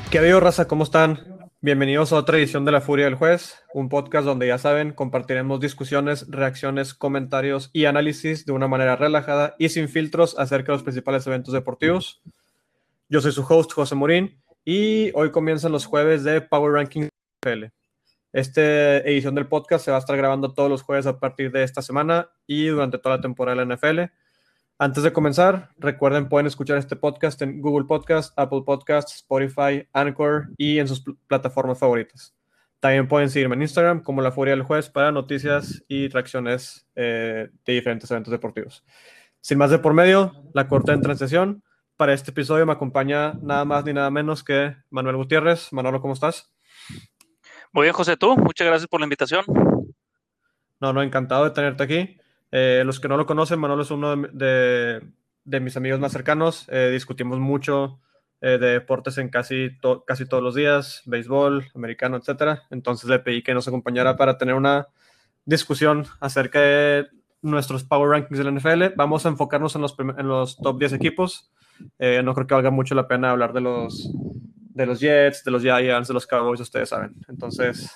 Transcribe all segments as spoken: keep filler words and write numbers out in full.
¿Qué habido, raza? ¿Cómo están? Bienvenidos a otra edición de La Furia del Juez, un podcast donde ya saben, compartiremos discusiones, reacciones, comentarios y análisis de una manera relajada y sin filtros acerca de los principales eventos deportivos. Yo soy su host, José Morín, y hoy comienzan los jueves de Power Ranking N F L. Esta edición del podcast se va a estar grabando todos los jueves a partir de esta semana y durante toda la temporada de la N F L. Antes de comenzar, recuerden, pueden escuchar este podcast en Google Podcast, Apple Podcasts, Spotify, Anchor y en sus pl- plataformas favoritas. También pueden seguirme en Instagram como La Furia del Juez para noticias y reacciones eh, de diferentes eventos deportivos. Sin más de por medio, la corta en transición. Para este episodio me acompaña nada más ni nada menos que Manuel Gutiérrez. Manolo, ¿cómo estás? Muy bien, José, tú. Muchas gracias por la invitación. No, no, encantado de tenerte aquí. Eh, los que no lo conocen, Manolo es uno de, de- de mis amigos más cercanos. Eh, discutimos mucho eh, de deportes en casi, to- casi todos los días, béisbol, americano, etcétera. Entonces le pedí que nos acompañara para tener una discusión acerca de nuestros Power Rankings de la N F L. Vamos a enfocarnos en los, prim- en los top diez equipos. Eh, no creo que valga mucho la pena hablar de los, de los Jets, de los Giants, de los Cowboys, ustedes saben. Entonces,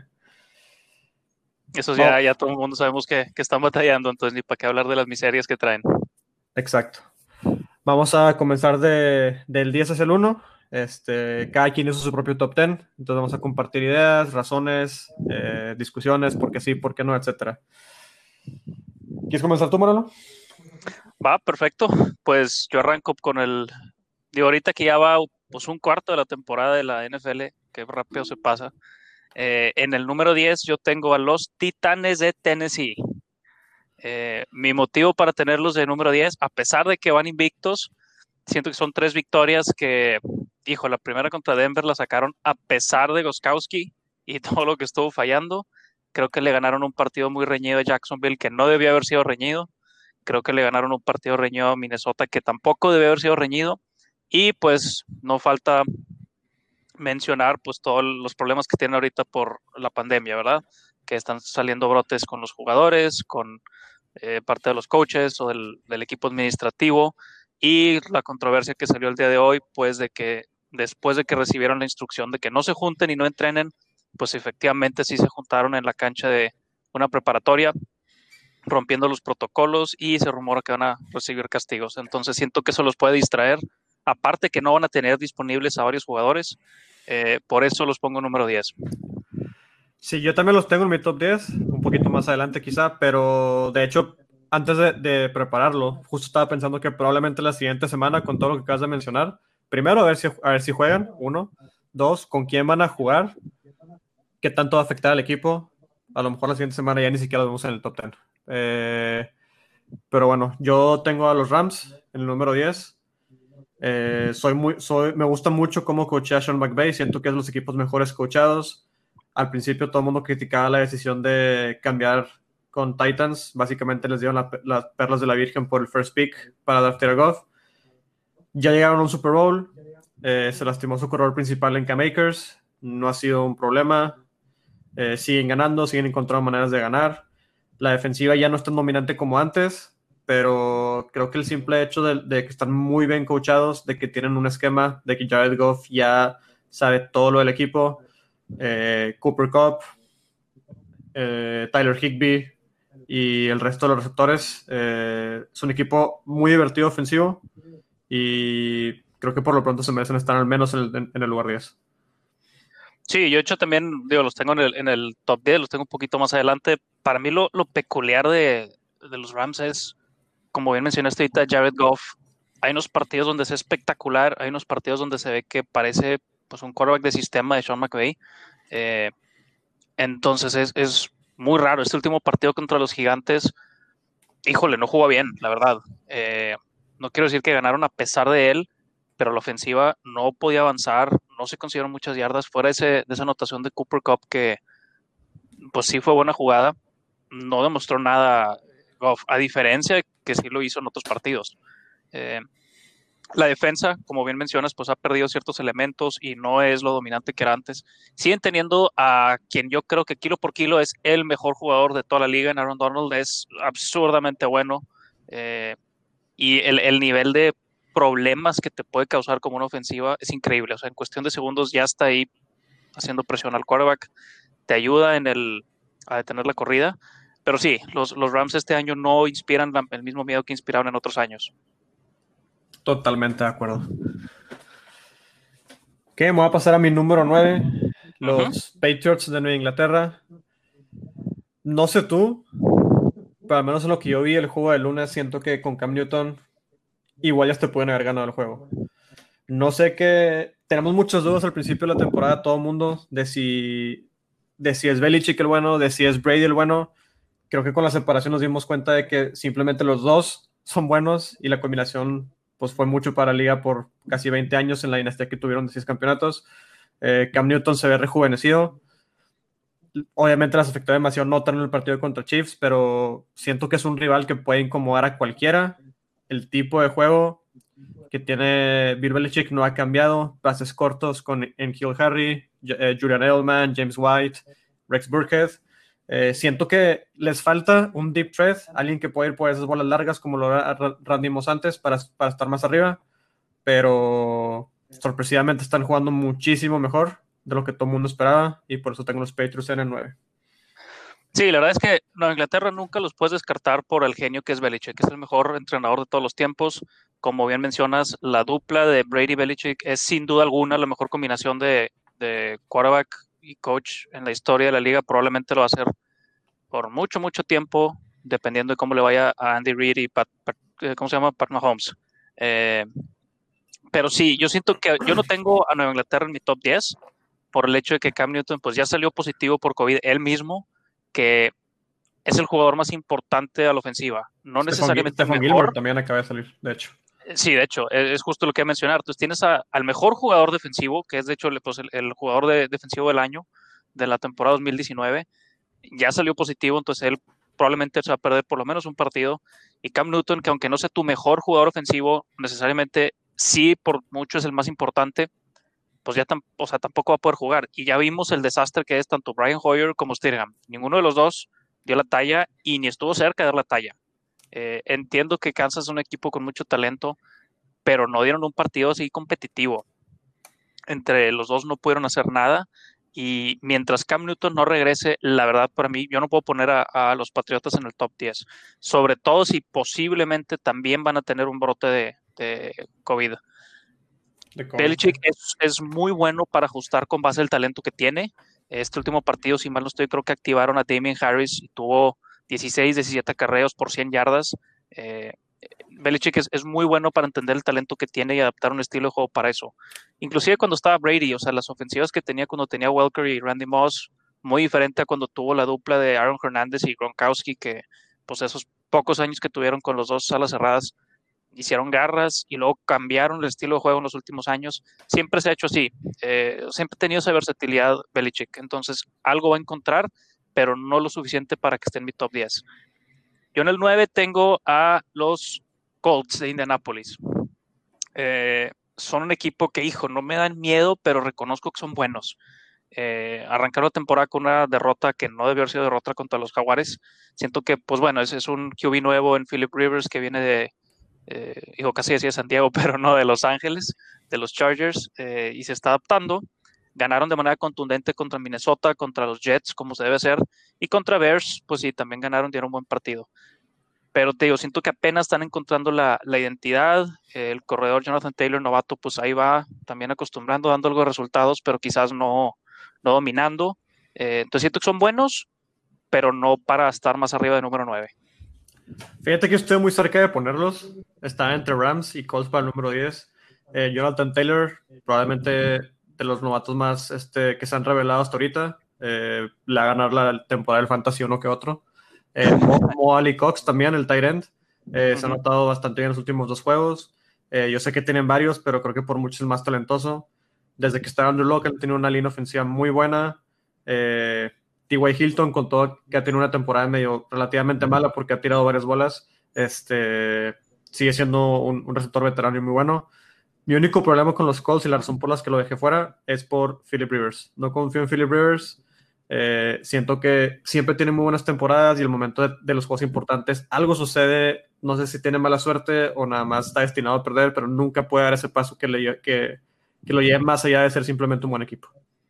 Eso ya, vamos, ya todo el mundo sabemos que, que están batallando, entonces ni para qué hablar de las miserias que traen. exacto. Vamos a comenzar de, del diez hacia el uno. Este, cada quien hizo su propio top diez. Entonces vamos a compartir ideas, razones, eh, discusiones, por qué sí, por qué no, etcétera. ¿Quieres comenzar tú, Manolo? Va, perfecto. Pues yo arranco con el. Digo, ahorita que ya va pues un cuarto de la temporada de la N F L, que rápido se pasa. Eh, en el número diez yo tengo a los Titanes de Tennessee. Eh, mi motivo para tenerlos de número diez, a pesar de que van invictos, siento que son tres victorias que, hijo, la primera contra Denver la sacaron a pesar de Gostkowski y todo lo que estuvo fallando. Creo que le ganaron un partido muy reñido a Jacksonville que no debía haber sido reñido. Creo que le ganaron un partido reñido a Minnesota que tampoco debía haber sido reñido. Y pues no falta mencionar pues todos los problemas que tienen ahorita por la pandemia, ¿verdad? Que están saliendo brotes con los jugadores, con eh, parte de los coaches o del, del equipo administrativo y la controversia que salió el día de hoy, pues de que después de que recibieron la instrucción de que no se junten y no entrenen, pues efectivamente sí se juntaron en la cancha de una preparatoria, rompiendo los protocolos y se rumora que van a recibir castigos. Entonces siento que eso los puede distraer, aparte que no van a tener disponibles a varios jugadores, eh, por eso los pongo número diez. Sí, yo también los tengo en mi top diez, un poquito más adelante quizá, pero de hecho, antes de, de prepararlo, justo estaba pensando que probablemente la siguiente semana, con todo lo que acabas de mencionar, primero a ver si, a ver si juegan, uno, dos, con quién van a jugar, qué tanto va a afectar al equipo. A lo mejor la siguiente semana ya ni siquiera lo vemos en el top diez. Eh, pero bueno, yo tengo a los Rams en el número diez. Eh, soy muy, soy, me gusta mucho cómo coachea Sean McVay. Siento que es de los equipos mejores coachados. Al principio todo el mundo criticaba la decisión de cambiar con Titans. Básicamente les dieron la- las perlas de la Virgen por el first pick para draftear a Goff. Ya llegaron a un Super Bowl. Eh, se lastimó su corredor principal en Cam Akers. No ha sido un problema. Eh, siguen ganando, siguen encontrando maneras de ganar. La defensiva ya no es tan dominante como antes, pero creo que el simple hecho de, de que están muy bien coachados, de que tienen un esquema, de que Jared Goff ya sabe todo lo del equipo, eh, Cooper Cup, eh, Tyler Higbee y el resto de los receptores, eh, es un equipo muy divertido ofensivo y creo que por lo pronto se merecen estar al menos en el, en, en el lugar diez. Sí, yo de hecho también, digo, los tengo en el, en el top diez, los tengo un poquito más adelante. Para mí lo, lo peculiar de, de los Rams es, como bien mencionaste ahorita, Jared Goff. Hay unos partidos donde es espectacular, hay unos partidos donde se ve que parece pues un quarterback de sistema de Sean McVay. Eh, entonces es, es muy raro. Este último partido contra los Gigantes, híjole, no jugó bien, la verdad. Eh, no quiero decir que ganaron a pesar de él, pero la ofensiva no podía avanzar, no se consiguieron muchas yardas fuera de, ese, de esa anotación de Cooper Cup que pues sí fue buena jugada, no demostró nada Goff, a diferencia de que sí lo hizo en otros partidos. Eh, la defensa, como bien mencionas, pues ha perdido ciertos elementos y no es lo dominante que era antes. Siguen teniendo a quien yo creo que kilo por kilo es el mejor jugador de toda la liga en Aaron Donald, es absurdamente bueno. Eh, y el, el nivel de problemas que te puede causar como una ofensiva es increíble. O sea, en cuestión de segundos ya está ahí haciendo presión al quarterback, te ayuda en el, a detener la corrida. Pero sí, los, los Rams este año no inspiran la, el mismo miedo que inspiraron en otros años. Totalmente de acuerdo. Ok, me voy a pasar a mi número nueve, los Uh-huh. Patriots de Nueva Inglaterra. No sé tú, pero al menos en lo que yo vi el juego de lunes, siento que con Cam Newton igual ya te pueden haber ganado el juego. No sé qué. Tenemos muchas dudas al principio de la temporada, todo el mundo, de si, de si es Belichick el bueno, de si es Brady el bueno. Creo que con la separación nos dimos cuenta de que simplemente los dos son buenos y la combinación pues fue mucho para la liga por casi veinte años en la dinastía que tuvieron de seis campeonatos. Eh, Cam Newton se ve rejuvenecido. Obviamente las afectó demasiado no tener el partido contra Chiefs, pero siento que es un rival que puede incomodar a cualquiera. El tipo de juego que tiene Bill Belichick no ha cambiado. Pases cortos con N'Keal Harry, eh, Julian Edelman, James White, Rex Burkhead. Eh, siento que les falta un deep threat, alguien que pueda ir por esas bolas largas como lo era Randy Moss antes para, para estar más arriba, pero sorpresivamente están jugando muchísimo mejor de lo que todo el mundo esperaba y por eso tengo los Patriots en el nueve. Sí, la verdad es que Nueva Inglaterra nunca los puedes descartar por el genio que es Belichick, que es el mejor entrenador de todos los tiempos. Como bien mencionas, la dupla de Brady Belichick es sin duda alguna la mejor combinación de, de quarterback y coach en la historia de la liga. Probablemente lo va a hacer por mucho, mucho tiempo, dependiendo de cómo le vaya a Andy Reid y Pat, Pat, ¿cómo se llama? Pat Mahomes. Eh, pero sí, yo siento que yo no tengo a Nueva Inglaterra en mi top diez por el hecho de que Cam Newton pues ya salió positivo por COVID él mismo, que es el jugador más importante a la ofensiva. No Stefan, necesariamente el Stefan Gilmore mejor. también acaba de salir, de hecho. Sí, de hecho, es justo lo que iba a mencionar. Entonces tienes a, al mejor jugador defensivo, que es de hecho pues, el, el, jugador de, defensivo del año de la temporada dos mil diecinueve. Ya salió positivo, entonces él probablemente se va a perder por lo menos un partido. Y Cam Newton, que aunque no sea tu mejor jugador ofensivo, necesariamente sí por mucho es el más importante, pues ya tam, o sea, tampoco va a poder jugar. Y ya vimos el desastre que es tanto Brian Hoyer como Stidham. Ninguno de los dos dio la talla y ni estuvo cerca de dar la talla. Eh, entiendo que Kansas es un equipo con mucho talento, pero no dieron un partido así competitivo. Entre los dos no pudieron hacer nada. Y mientras Cam Newton no regrese, la verdad para mí, yo no puedo poner a, a los Patriotas en el top diez. Sobre todo si posiblemente también van a tener un brote de, de COVID. De COVID, sí. Belichick es, es muy bueno para ajustar con base al talento que tiene. Este último partido, si mal no estoy, creo que activaron a Damien Harris y tuvo dieciséis, diecisiete acarreos por cien yardas. Eh, Belichick es, es, muy bueno para entender el talento que tiene y adaptar un estilo de juego para eso. Inclusive cuando estaba Brady, o sea, las ofensivas que tenía cuando tenía Welker y Randy Moss, muy diferente a cuando tuvo la dupla de Aaron Hernández y Gronkowski, que pues esos pocos años que tuvieron con los dos alas cerradas, hicieron garras y luego cambiaron el estilo de juego en los últimos años. Siempre se ha hecho así. Eh, siempre ha tenido esa versatilidad Belichick. Entonces, algo va a encontrar, pero no lo suficiente para que esté en mi top diez. Yo en el nueve tengo a los Colts de Indianapolis. Eh, son un equipo que, hijo, no me dan miedo, pero reconozco que son buenos. Eh, arrancar la temporada con una derrota que no debió haber sido derrota contra los Jaguares. Siento que, pues bueno, ese es un Q B nuevo en Philip Rivers que viene de, eh, digo, casi decía Santiago, pero no de Los Ángeles, de los Chargers, eh, y se está adaptando. Ganaron de manera contundente contra Minnesota, contra los Jets, como se debe hacer, y contra Bears, pues sí, también ganaron, dieron un buen partido. Pero te digo, siento que apenas están encontrando la, la identidad. Eh, el corredor Jonathan Taylor, novato, pues ahí va también acostumbrando, dando algo de resultados, pero quizás no, no dominando. Eh, entonces siento que son buenos, pero no para estar más arriba de número nueve. Fíjate que estoy muy cerca de ponerlos. Está entre Rams y Colts para el número diez. Eh, Jonathan Taylor, probablemente de los novatos más este, que se han revelado hasta ahorita. Eh, le va a ganar la temporada del Fantasy uno que otro. Eh, Mo, Mo Ali Cox también, el tight end. Eh, uh-huh. Se ha notado bastante bien en los últimos dos juegos. Eh, yo sé que tienen varios, pero creo que por mucho es el más talentoso. Desde que está Andrew Luck, tiene una línea ofensiva muy buena. Eh, T Y. Hilton, con todo que ha tenido una temporada medio relativamente mala porque ha tirado varias bolas, este, sigue siendo un, un receptor veterano y muy bueno. Mi único problema con los Colts y la razón por las que lo dejé fuera es por Philip Rivers. No confío en Philip Rivers. Eh, siento que siempre tiene muy buenas temporadas y el momento de, de los juegos importantes, algo sucede, no sé si tiene mala suerte o nada más está destinado a perder, pero nunca puede dar ese paso que, le, que, que lo lleve más allá de ser simplemente un buen equipo.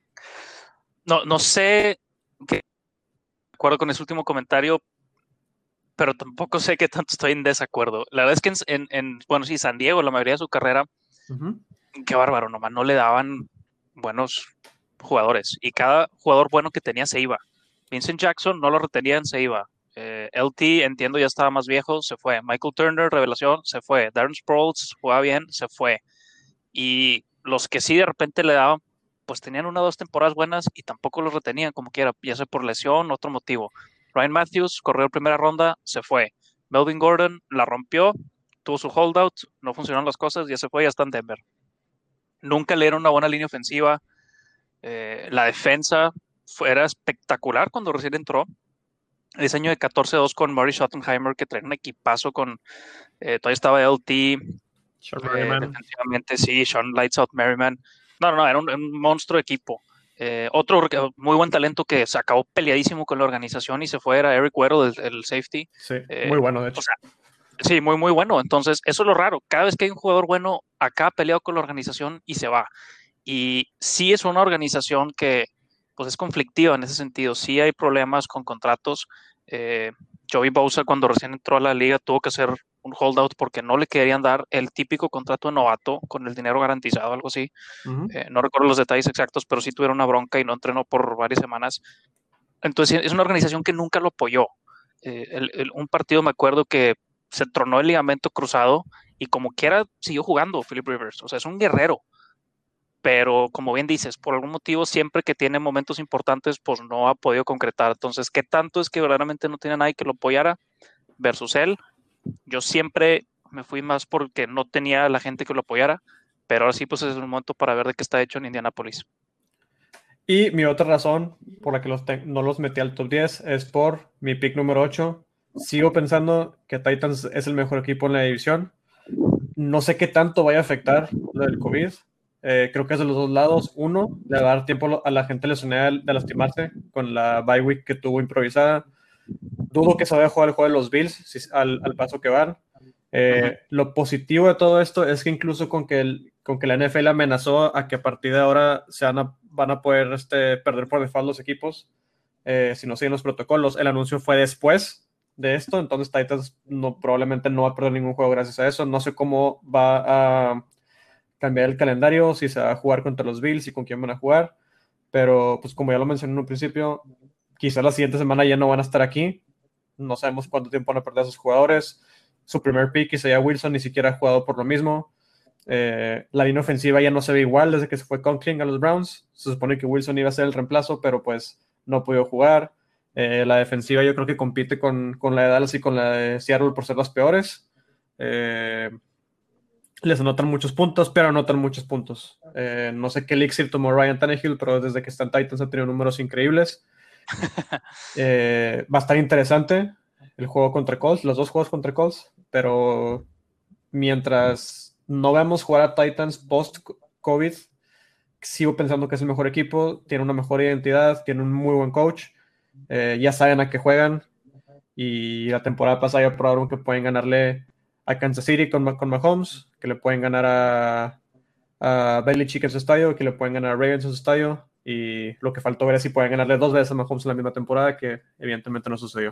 No, no sé qué de acuerdo con ese último comentario, pero tampoco sé qué tanto estoy en desacuerdo. La verdad es que en, en, en bueno, sí, San Diego, la mayoría de su carrera, Uh-huh. qué bárbaro, nomás no le daban buenos jugadores y cada jugador bueno que tenía se iba. Vincent Jackson no lo retenían, se iba. Eh, L T, entiendo, ya estaba más viejo, se fue. Michael Turner, revelación, se fue. Darren Sproles, jugaba bien, se fue. Y los que sí de repente le daban, pues tenían una o dos temporadas buenas y tampoco los retenían como quiera, ya sea por lesión, otro motivo. Ryan Matthews corrió primera ronda, se fue. Melvin Gordon la rompió, tuvo su holdout, no funcionaron las cosas, ya se fue, ya está en Denver. Nunca le dieron una buena línea ofensiva. Eh, la defensa fue, era espectacular cuando recién entró. El diseño de catorce dos con Murray Schottenheimer, que traía un equipazo con, eh, todavía estaba L T, Sean eh, Merriman. defensivamente sí, Sean Lights Out Merriman. No, no, no, era un, un monstruo de equipo. Eh, otro muy buen talento que se acabó peleadísimo con la organización y se fue era Eric Weddle, el, el safety. Sí, Eh, muy bueno, de hecho. o sea, sí, muy, muy bueno. Entonces, eso es lo raro. Cada vez que hay un jugador bueno, acá peleado con la organización y se va. Y sí es una organización que pues es conflictiva en ese sentido. Sí hay problemas con contratos. Eh, Joey Bosa cuando recién entró a la liga tuvo que hacer un holdout porque no le querían dar el típico contrato de novato con el dinero garantizado, algo así. Uh-huh. Eh, no recuerdo los detalles exactos, pero sí tuvieron una bronca y no entrenó por varias semanas. Entonces es una organización que nunca lo apoyó. Eh, el, el, un partido me acuerdo que se tronó el ligamento cruzado y como quiera siguió jugando Philip Rivers. O sea, es un guerrero, pero como bien dices, por algún motivo siempre que tiene momentos importantes, pues no ha podido concretar. Entonces, ¿qué tanto es que verdaderamente no tiene nadie que lo apoyara versus él? Yo siempre me fui más porque no tenía la gente que lo apoyara, pero ahora sí, pues es un momento para ver de qué está hecho en Indianapolis. Y mi otra razón por la que los no los metí al top diez es por mi pick número ocho. Sigo pensando que Titans es el mejor equipo en la división. No sé qué tanto vaya a afectar lo del COVID. Eh, creo que es de los dos lados. Uno, le va a dar tiempo a la gente lesionada de lastimarse con la bye week que tuvo improvisada. Dudo que se vaya a jugar el juego de los Bills si, al, al, paso que van. Eh, uh-huh. Lo positivo de todo esto es que incluso con que, el, con que la N F L amenazó a que a partir de ahora se van a, van a poder este, perder por default los equipos eh, si no siguen los protocolos, el anuncio fue después de esto, entonces Titans no, probablemente no va a perder ningún juego gracias a eso. No sé cómo va a cambiar el calendario, si se va a jugar contra los Bills y con quién van a jugar, pero pues como ya lo mencioné en un principio, quizás la siguiente semana ya no van a estar aquí. No sabemos cuánto tiempo van a perder a sus jugadores. Su primer pick, Isaiah Wilson, ni siquiera ha jugado por lo mismo. Eh, la línea ofensiva ya no se ve igual desde que se fue Conklin a los Browns. Se supone que Wilson iba a ser el reemplazo, pero pues no pudo jugar. Eh, la defensiva yo creo que compite con, con la de Dallas y con la de Seattle por ser las peores. Eh, les anotan muchos puntos, pero anotan muchos puntos. Eh, no sé qué elixir tomó Ryan Tannehill, pero desde que está en Titans ha tenido números increíbles. Eh, va a estar interesante el juego contra Colts, los dos juegos contra Colts, pero mientras no veamos jugar a Titans post-COVID, sigo pensando que es el mejor equipo, tiene una mejor identidad, tiene un muy buen coach, eh, ya saben a qué juegan y la temporada pasada ya probaron que pueden ganarle a Kansas City con, con Mahomes, que le pueden ganar a, a Belichick en su estadio, que le pueden ganar a Ravens en su estadio, y lo que faltó ver es si pueden ganarle dos veces a Mahomes en la misma temporada, que evidentemente no sucedió.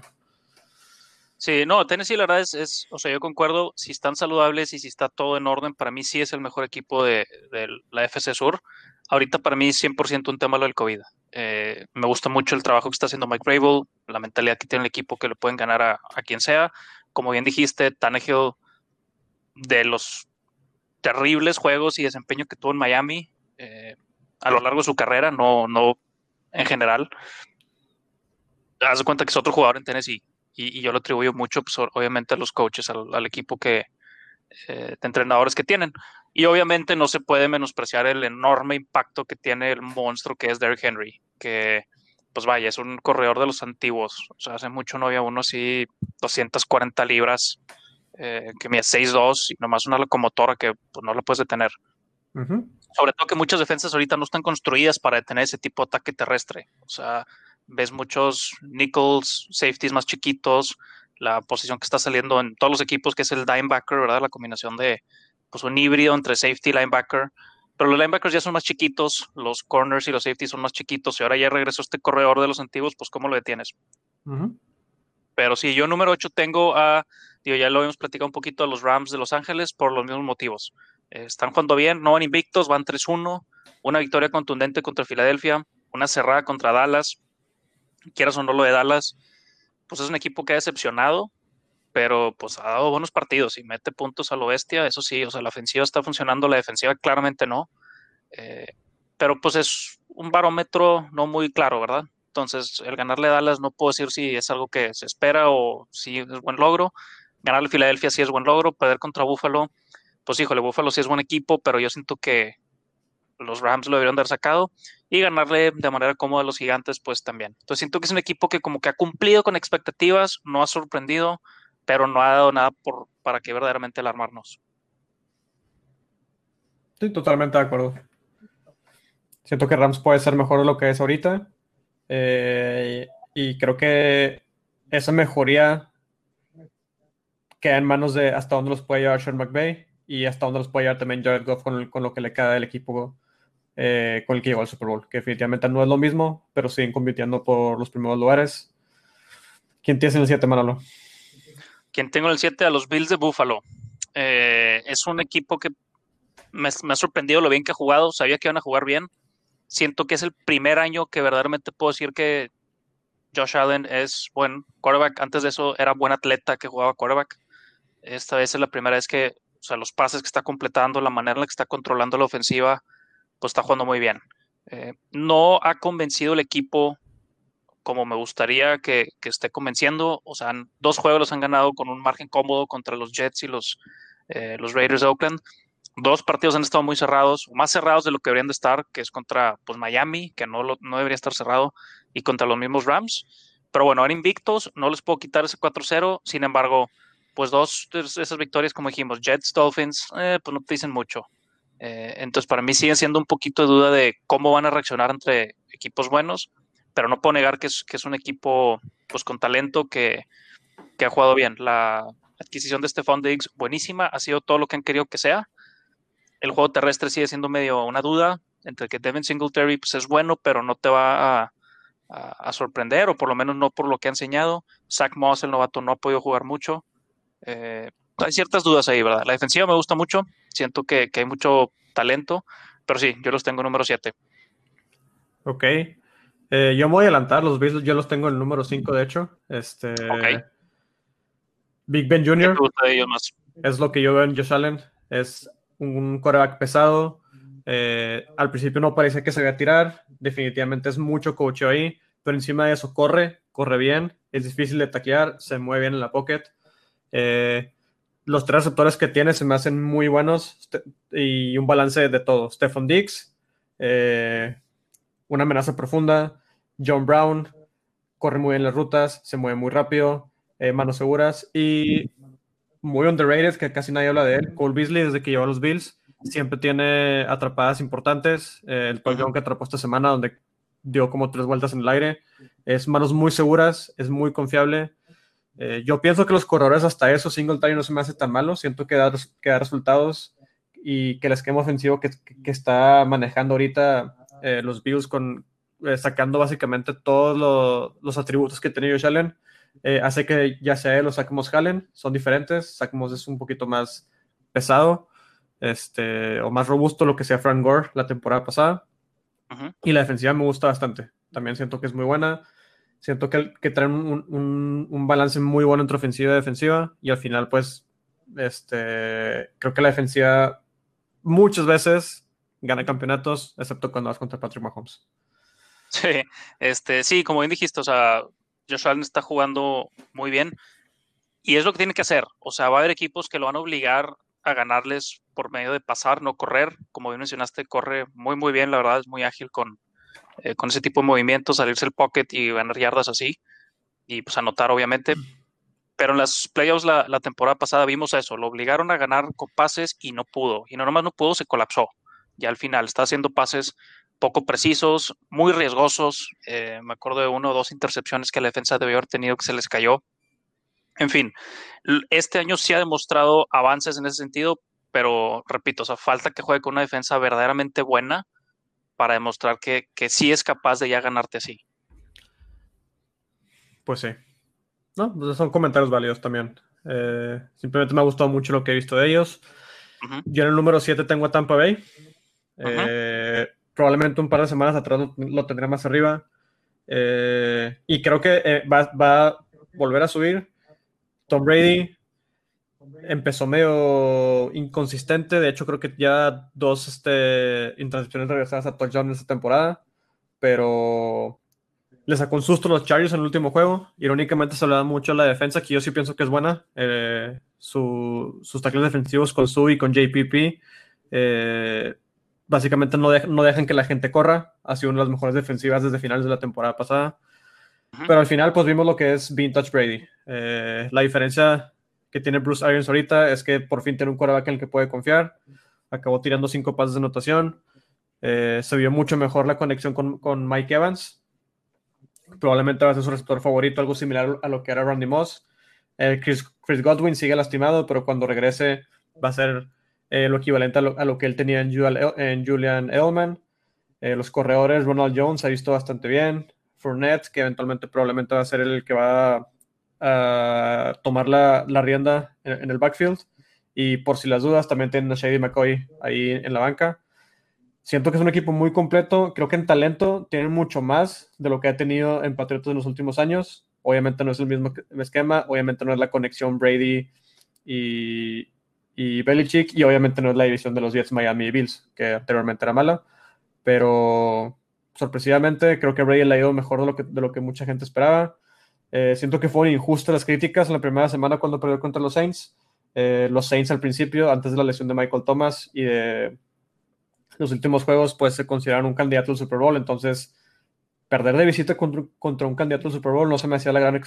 Sí, no, Tennessee la verdad es, es, o sea, yo concuerdo, si están saludables y si está todo en orden, para mí sí es el mejor equipo de, de la F C Sur. Ahorita para mí cien por ciento un tema lo del COVID. Eh, me gusta mucho el trabajo que está haciendo Mike Vrabel, la mentalidad que tiene el equipo que le pueden ganar a, a quien sea. Como bien dijiste, Tannehill, de los terribles juegos y desempeño que tuvo en Miami eh, a lo largo de su carrera, no, no en general. Haz de cuenta que es otro jugador en Tennessee. Y, y yo lo atribuyo mucho, pues, obviamente, a los coaches, al, al equipo que, eh, de entrenadores que tienen. Y obviamente no se puede menospreciar el enorme impacto que tiene el monstruo que es Derrick Henry, que, pues vaya, es un corredor de los antiguos. O sea, hace mucho no había uno así, doscientas cuarenta libras, eh, que mide seis dos y nomás una locomotora que pues, no la puedes detener. Uh-huh. Sobre todo que muchas defensas ahorita no están construidas para detener ese tipo de ataque terrestre. O sea, ves muchos nickels, safeties más chiquitos, la posición que está saliendo en todos los equipos, que es el linebacker, ¿verdad? La combinación de pues, un híbrido entre safety y linebacker. Pero los linebackers ya son más chiquitos, los corners y los safeties son más chiquitos, y ahora ya regresó este corredor de los antiguos, pues ¿cómo lo detienes? Uh-huh. Pero sí, yo número ocho tengo a, digo, ya lo habíamos platicado un poquito, a los Rams de Los Ángeles por los mismos motivos. Eh, están jugando bien, no van invictos, van tres uno, una victoria contundente contra Filadelfia, una cerrada contra Dallas. Quieras o no lo de Dallas, pues es un equipo que ha decepcionado, pero pues ha dado buenos partidos y mete puntos a lo bestia, eso sí, o sea, la ofensiva está funcionando, la defensiva claramente no. Eh, pero pues es un barómetro no muy claro, ¿verdad? Entonces, el ganarle a Dallas no puedo decir si es algo que se espera o si es buen logro. Ganarle a Filadelfia sí es buen logro. Perder contra Buffalo, pues híjole, Buffalo sí es buen equipo, pero yo siento que los Rams lo deberían de haber sacado. Y ganarle de manera cómoda a los Gigantes, pues también. Entonces, siento que es un equipo que como que ha cumplido con expectativas, no ha sorprendido, pero no ha dado nada por, para que verdaderamente alarmarnos. Sí, totalmente de acuerdo. Siento que Rams puede ser mejor de lo que es ahorita. Eh, y creo que esa mejoría queda en manos de hasta dónde los puede llevar Sean McVay y hasta dónde los puede llevar también Jared Goff con, el, con lo que le queda del equipo eh, con el que llegó al Super Bowl. Que definitivamente no es lo mismo, pero siguen compitiendo por los primeros lugares. ¿Quién tienes en el siete, Manolo? Quien tengo en el siete, a los Bills de Buffalo. Eh, es un equipo que me, me ha sorprendido lo bien que ha jugado. Sabía que iban a jugar bien. Siento que es el primer año que verdaderamente puedo decir que Josh Allen es buen quarterback. Antes de eso era buen atleta que jugaba quarterback. Esta vez es la primera vez que, o sea, los pases que está completando, la manera en la que está controlando la ofensiva, pues está jugando muy bien. Eh, no ha convencido el equipo como me gustaría que, que esté convenciendo. O sea, dos juegos los han ganado con un margen cómodo contra los Jets y los, eh, los Raiders de Oakland. Dos partidos han estado muy cerrados, más cerrados de lo que deberían de estar, que es contra pues, Miami, que no, lo, no debería estar cerrado, y contra los mismos Rams. Pero bueno, eran invictos, no les puedo quitar ese cuatro cero. Sin embargo, pues dos de esas victorias, como dijimos, Jets, Dolphins, eh, pues no te dicen mucho. Eh, entonces, para mí sigue siendo un poquito de duda de cómo van a reaccionar entre equipos buenos, pero no puedo negar que es, que es un equipo pues, con talento que, que ha jugado bien. La adquisición de Stephon Diggs, buenísima, ha sido todo lo que han querido que sea. El juego terrestre sigue siendo medio una duda, entre que Devin Singletary pues, es bueno, pero no te va a, a, a, sorprender, o por lo menos no por lo que ha enseñado. Zach Moss, el novato, no ha podido jugar mucho. Eh, hay ciertas dudas ahí, ¿verdad? La defensiva me gusta mucho, siento que, que hay mucho talento, pero sí, yo los tengo número siete. Ok. Eh, yo me voy a adelantar, los Bills yo los tengo en el número cinco, de hecho. Este, okay. Big Ben junior ¿Qué te gusta de ellos más? Es lo que yo veo en Josh Allen. Es un quarterback pesado. Eh, al principio no parece que se vaya a tirar. Definitivamente es mucho coacheo ahí. Pero encima de eso corre, corre bien. Es difícil de taclear, se mueve bien en la pocket. Eh, los tres receptores que tiene se me hacen muy buenos. Y un balance de todo. Stephon Diggs, eh, una amenaza profunda. John Brown, corre muy bien las rutas, se mueve muy rápido, eh, manos seguras y muy underrated, que casi nadie habla de él. Cole Beasley, desde que llevó a los Bills, siempre tiene atrapadas importantes. Eh, el touchdown uh-huh. que atrapó esta semana, donde dio como tres vueltas en el aire. Es manos muy seguras, es muy confiable. Eh, yo pienso que los corredores, hasta eso, Singletary no se me hace tan malo. Siento que da, que da resultados y que el esquema ofensivo que, que está manejando ahorita eh, los Bills con eh, sacando básicamente todos lo, los atributos que tenía Josh Allen, eh, hace que ya sea él o Zach Moss jalen, son diferentes. Zach Moss es un poquito más pesado este, o más robusto, lo que sea Frank Gore la temporada pasada. Uh-huh. Y la defensiva me gusta bastante. También siento que es muy buena. Siento que, que traen un, un, un balance muy bueno entre ofensiva y defensiva. Y al final, pues, este, creo que la defensiva muchas veces gana campeonatos, excepto cuando vas contra Patrick Mahomes. Sí, este, sí, como bien dijiste, o sea, Josh Allen está jugando muy bien y es lo que tiene que hacer. O sea, va a haber equipos que lo van a obligar a ganarles por medio de pasar, no correr. Como bien mencionaste, corre muy, muy bien, la verdad, es muy ágil con, eh, con ese tipo de movimientos, salirse el pocket y ganar yardas así y pues anotar, obviamente. Pero en las playoffs la, la temporada pasada vimos eso, lo obligaron a ganar con pases y no pudo. Y no nomás no pudo, se colapsó. Ya al final está haciendo pases poco precisos, muy riesgosos. Eh, me acuerdo de uno o dos intercepciones que la defensa debió haber tenido que se les cayó. En fin, este año sí ha demostrado avances en ese sentido, pero repito, o sea, falta que juegue con una defensa verdaderamente buena para demostrar que, que sí es capaz de ya ganarte así. Pues sí. No, pues son comentarios válidos también. Eh, simplemente me ha gustado mucho lo que he visto de ellos. Uh-huh. Yo en el número siete tengo a Tampa Bay. Uh-huh. Eh, probablemente un par de semanas atrás lo, lo tendría más arriba. Eh, y creo que eh, va, va a volver a subir. Tom Brady empezó medio inconsistente. De hecho, creo que ya dos este, intercepciones regresadas a touchdown en esta temporada. Pero le sacó un susto a los Chargers en el último juego. Irónicamente se le da mucho a la defensa, que yo sí pienso que es buena. Eh, su, sus tackles defensivos con Sue y con J P P eh, básicamente no, de, no dejan que la gente corra. Ha sido una de las mejores defensivas desde finales de la temporada pasada. Uh-huh. Pero al final pues vimos lo que es Vintage Brady. Eh, la diferencia que tiene Bruce Arians ahorita es que por fin tiene un quarterback en el que puede confiar. Acabó tirando cinco pases de anotación. Eh, se vio mucho mejor la conexión con, con Mike Evans. Probablemente va a ser su receptor favorito, algo similar a lo que era Randy Moss. Eh, Chris, Chris Godwin sigue lastimado, pero cuando regrese va a ser eh, lo equivalente a lo, a lo que él tenía en, Julian, en Julian Edelman. Eh, los corredores, Ronald Jones ha visto bastante bien. Fournette, que eventualmente probablemente va a ser el que va a tomar la, la rienda en, en el backfield. Y por si las dudas, también tienen a Shady McCoy ahí en la banca. Siento que es un equipo muy completo. Creo que en talento tienen mucho más de lo que ha tenido en Patriotas en los últimos años. Obviamente no es el mismo esquema, obviamente no es la conexión Brady y, y Belichick, y obviamente no es la división de los Jets, Miami y Bills, que anteriormente era mala, pero sorpresivamente creo que Brady le ha ido mejor de lo que, de lo que mucha gente esperaba. Eh, siento que fueron injustas las críticas en la primera semana cuando perdió contra los Saints. Eh, los Saints al principio, antes de la lesión de Michael Thomas y de los últimos juegos, pues se consideraron un candidato al Super Bowl. Entonces, perder de visita contra, contra un candidato al Super Bowl no se me hacía la gran,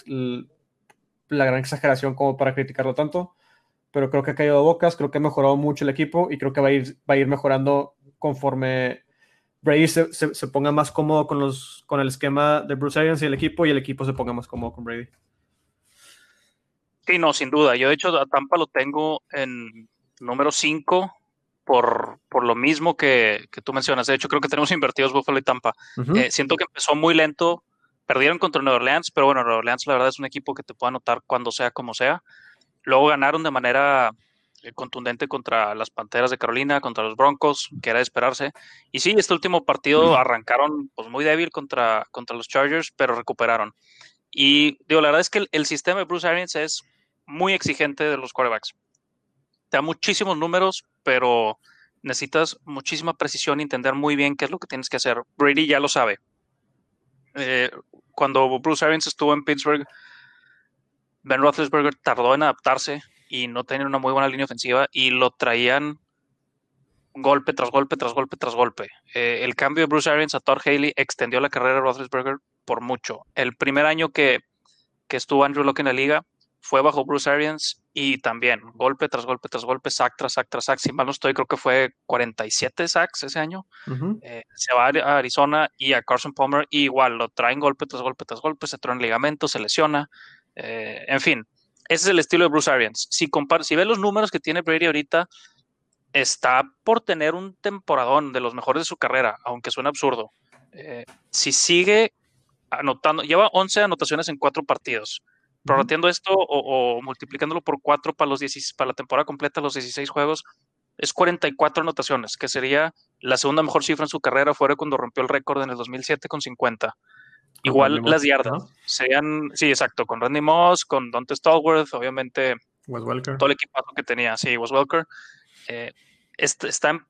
la gran exageración como para criticarlo tanto, pero creo que ha caído a bocas, creo que ha mejorado mucho el equipo y creo que va a ir, va a ir mejorando conforme Brady se, se, se ponga más cómodo con, los, con el esquema de Bruce Arians y el equipo, y el equipo se ponga más cómodo con Brady. Sí, no, sin duda. Yo, de hecho, a Tampa lo tengo en número cinco por, por lo mismo que, que tú mencionas. De hecho, creo que tenemos invertidos Buffalo y Tampa. Uh-huh. Eh, siento que empezó muy lento. Perdieron contra Nueva Orleans, pero bueno, Nueva Orleans la verdad es un equipo que te puede anotar cuando sea, como sea. Luego ganaron de manera eh, contundente contra las Panteras de Carolina, contra los Broncos, que era de esperarse. Y sí, este último partido arrancaron pues, muy débil contra, contra los Chargers, pero recuperaron. Y digo, la verdad es que el, el sistema de Bruce Arians es muy exigente de los quarterbacks. Te da muchísimos números, pero necesitas muchísima precisión y entender muy bien qué es lo que tienes que hacer. Brady ya lo sabe. Eh, cuando Bruce Arians estuvo en Pittsburgh, Ben Roethlisberger tardó en adaptarse y no tenía una muy buena línea ofensiva y lo traían golpe tras golpe, tras golpe, tras golpe. Eh, el cambio de Bruce Arians a Todd Haley extendió la carrera de Roethlisberger por mucho. El primer año que, que estuvo Andrew Luck en la liga fue bajo Bruce Arians y también golpe tras golpe, tras golpe, sack tras sack, tras sack. Si mal no estoy, creo que fue cuarenta y siete sacks ese año. Uh-huh. Eh, se va a Arizona y a Carson Palmer y igual lo traen golpe tras golpe, tras golpe, se truena el ligamento, se lesiona. Eh, en fin, ese es el estilo de Bruce Arians. Si, si ves los números que tiene Brady ahorita, está por tener un temporadón de los mejores de su carrera, aunque suena absurdo. Eh, si sigue anotando, lleva once anotaciones en cuatro partidos. Prorrateando uh-huh. esto o, o multiplicándolo por cuatro para, los dieciséis, para la temporada completa, los dieciséis juegos, es cuarenta y cuatro anotaciones, que sería la segunda mejor cifra en su carrera, fuera cuando rompió el récord en el dos mil siete con cincuenta. Igual las yardas, ¿no? Serían, sí, exacto, con Randy Moss, con Donta Stallworth, obviamente Wes Welker. Todo el equipazo que tenía, sí, Wes Welker. Eh, está, está en,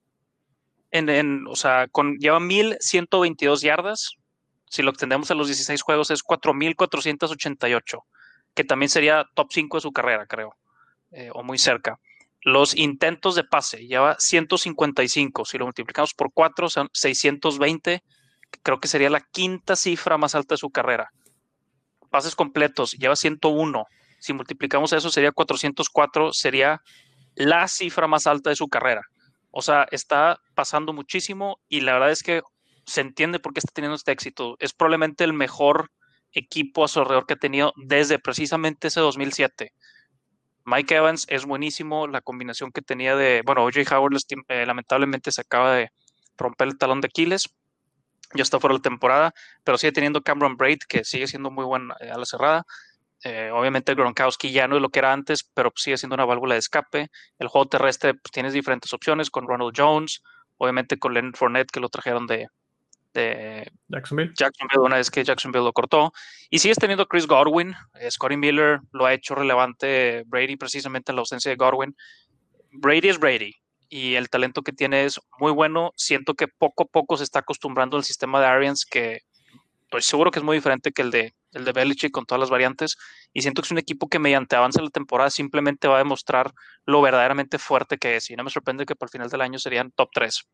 en, en, o sea, con, lleva mil ciento veintidós yardas. Si lo extendemos a los dieciséis juegos, es cuatro mil cuatrocientos ochenta y ocho, que también sería top cinco de su carrera, creo, eh, o muy cerca. Los intentos de pase, lleva ciento cincuenta y cinco. Si lo multiplicamos por cuatro, son seiscientos veinte. Creo que sería la quinta cifra más alta de su carrera. Pases completos, lleva ciento uno. Si multiplicamos eso, sería cuatrocientos cuatro, sería la cifra más alta de su carrera. O sea, está pasando muchísimo y la verdad es que se entiende por qué está teniendo este éxito. Es probablemente el mejor equipo a su alrededor que ha tenido desde precisamente ese dos mil siete. Mike Evans es buenísimo, la combinación que tenía de, bueno, O J Howard eh, lamentablemente se acaba de romper el talón de Aquiles, ya está fuera de la temporada, pero sigue teniendo Cameron Braid, que sigue siendo muy buena a la cerrada. Eh, obviamente Gronkowski ya no es lo que era antes, pero sigue siendo una válvula de escape. El juego terrestre, pues, tienes diferentes opciones con Ronald Jones, obviamente con Leonard Fournette, que lo trajeron de, de Jacksonville. Jacksonville una vez que Jacksonville lo cortó. Y sigues teniendo Chris Godwin, eh, Scotty Miller lo ha hecho relevante Brady precisamente en la ausencia de Godwin. Brady es Brady y el talento que tiene es muy bueno. Siento que poco a poco se está acostumbrando al sistema de Arians, que estoy seguro que es muy diferente que el de, el de Belichick con todas las variantes. Y siento que es un equipo que mediante avance la temporada simplemente va a demostrar lo verdaderamente fuerte que es. Y no me sorprende que por el final del año serían top tres.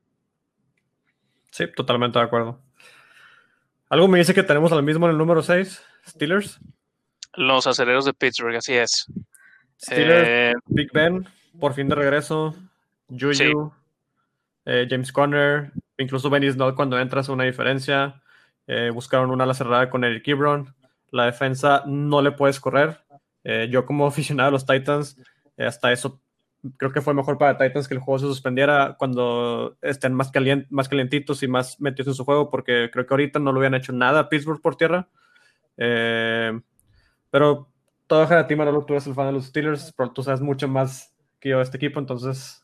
Sí, totalmente de acuerdo. Algo me dice que tenemos al mismo en el número seis, Steelers. Los aceleros de Pittsburgh, así es. Steelers, Eh, Big Ben, por fin de regreso. sí, Juju, eh, James Conner, incluso Benny Snell cuando entras una diferencia. Eh, buscaron una ala cerrada con Eric Ebron. La defensa no le puedes correr. Eh, yo como aficionado a los Titans, eh, hasta eso creo que fue mejor para Titans que el juego se suspendiera cuando estén más, calient más calientitos y más metidos en su juego, porque creo que ahorita no lo hubieran hecho nada a Pittsburgh por tierra. Eh, pero todo deja de ti, Manolo, tú eres el fan de los Steelers, pero tú sabes mucho más que yo de este equipo, entonces...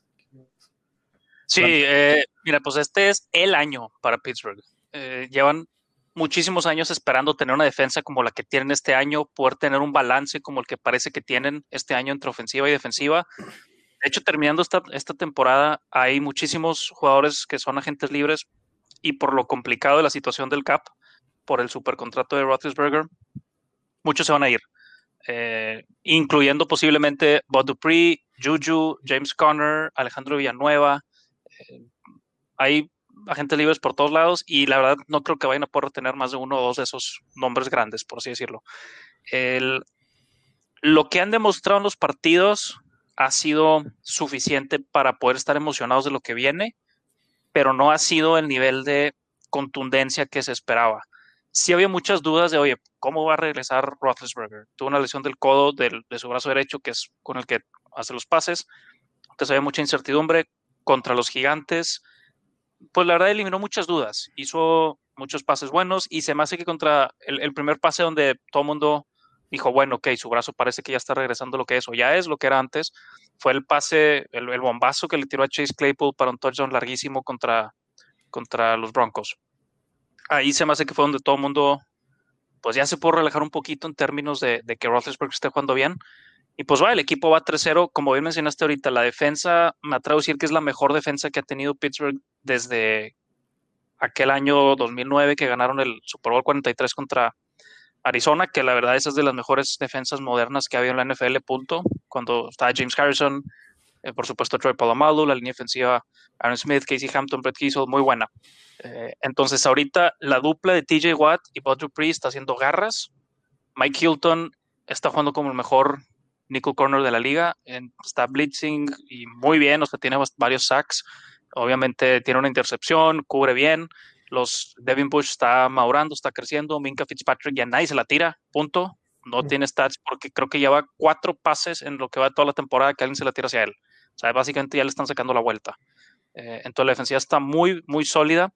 sí, eh, mira, pues este es el año para Pittsburgh. Eh, llevan muchísimos años esperando tener una defensa como la que tienen este año, poder tener un balance como el que parece que tienen este año entre ofensiva y defensiva. De hecho, terminando esta, esta temporada, hay muchísimos jugadores que son agentes libres y por lo complicado de la situación del cap, por el supercontrato de Roethlisberger, muchos se van a ir, eh, incluyendo posiblemente Bud Dupree, Juju, James Conner, Alejandro Villanueva. Eh, hay agentes libres por todos lados y la verdad no creo que vayan a poder retener más de uno o dos de esos nombres grandes, por así decirlo. El, lo que han demostrado en los partidos ha sido suficiente para poder estar emocionados de lo que viene, pero no ha sido el nivel de contundencia que se esperaba. Sí había muchas dudas de, oye, ¿cómo va a regresar Roethlisberger? Tuvo una lesión del codo del, de su brazo derecho, que es con el que hace los pases. Entonces había mucha incertidumbre contra los Gigantes. Pues la verdad eliminó muchas dudas. Hizo muchos pases buenos y se me hace que contra el, el primer pase donde todo el mundo dijo, bueno, ok, su brazo parece que ya está regresando lo que es, o ya es lo que era antes, fue el pase, el, el bombazo que le tiró a Chase Claypool para un touchdown larguísimo contra, contra los Broncos. Ahí se me hace que fue donde todo el mundo, pues ya se pudo relajar un poquito en términos de, de que Roethlisberger esté jugando bien. Y pues va, el equipo va tres cero, como bien mencionaste ahorita, la defensa, me atrevo a decir que es la mejor defensa que ha tenido Pittsburgh desde aquel año dos mil nueve que ganaron el Super Bowl cuarenta y tres contra Arizona, que la verdad esa es de las mejores defensas modernas que ha habido en la N F L, punto. Cuando estaba James Harrison, eh, por supuesto Troy Polamalu, la línea ofensiva Aaron Smith, Casey Hampton, Brett Keisel, muy buena. Eh, entonces ahorita la dupla de T J Watt y Bud Dupree está haciendo garras. Mike Hilton está jugando como el mejor nickel corner de la liga, está blitzing y muy bien, o sea, tiene varios sacks, obviamente tiene una intercepción, cubre bien, los Devin Bush está madurando, está creciendo, Minka Fitzpatrick ya nadie se la tira, punto, no tiene stats porque creo que lleva cuatro pases en lo que va toda la temporada que alguien se la tira hacia él, o sea, básicamente ya le están sacando la vuelta. Eh, entonces la defensiva está muy, muy sólida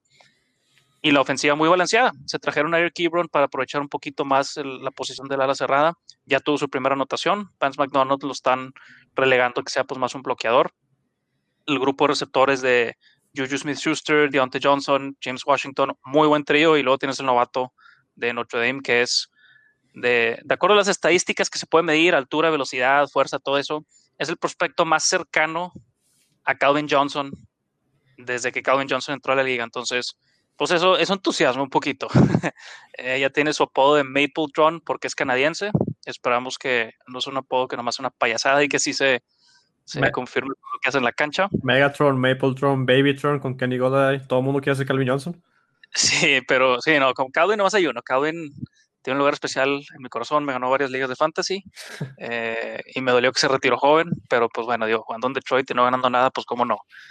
y la ofensiva muy balanceada. Se trajeron a Eric Ebron para aprovechar un poquito más el, la posición del ala cerrada. Ya tuvo su primera anotación. Vance McDonald lo están relegando que sea pues más un bloqueador. El grupo de receptores de Juju Smith-Schuster, Deontay Johnson, James Washington, muy buen trío. Y luego tienes el novato de Notre Dame que es, de, de acuerdo a las estadísticas que se puede medir, altura, velocidad, fuerza, todo eso, es el prospecto más cercano a Calvin Johnson desde que Calvin Johnson entró a la liga. Entonces, pues eso, eso entusiasma un poquito. Ella eh, tiene su apodo de Mapletron porque es canadiense. Esperamos que no es un apodo que nomás es una payasada y que sí se, se Me confirme lo que hace en la cancha. Megatron, Mapletron, Babytron con Kenny Golladay. Todo el mundo quiere ser Calvin Johnson. Sí, pero sí, no, con Calvin nomás hay uno. Calvin tiene un lugar especial en mi corazón. Me ganó varias ligas de fantasy eh, y me dolió que se retiró joven, pero pues bueno, digo, jugando en Detroit y no ganando nada, pues cómo no.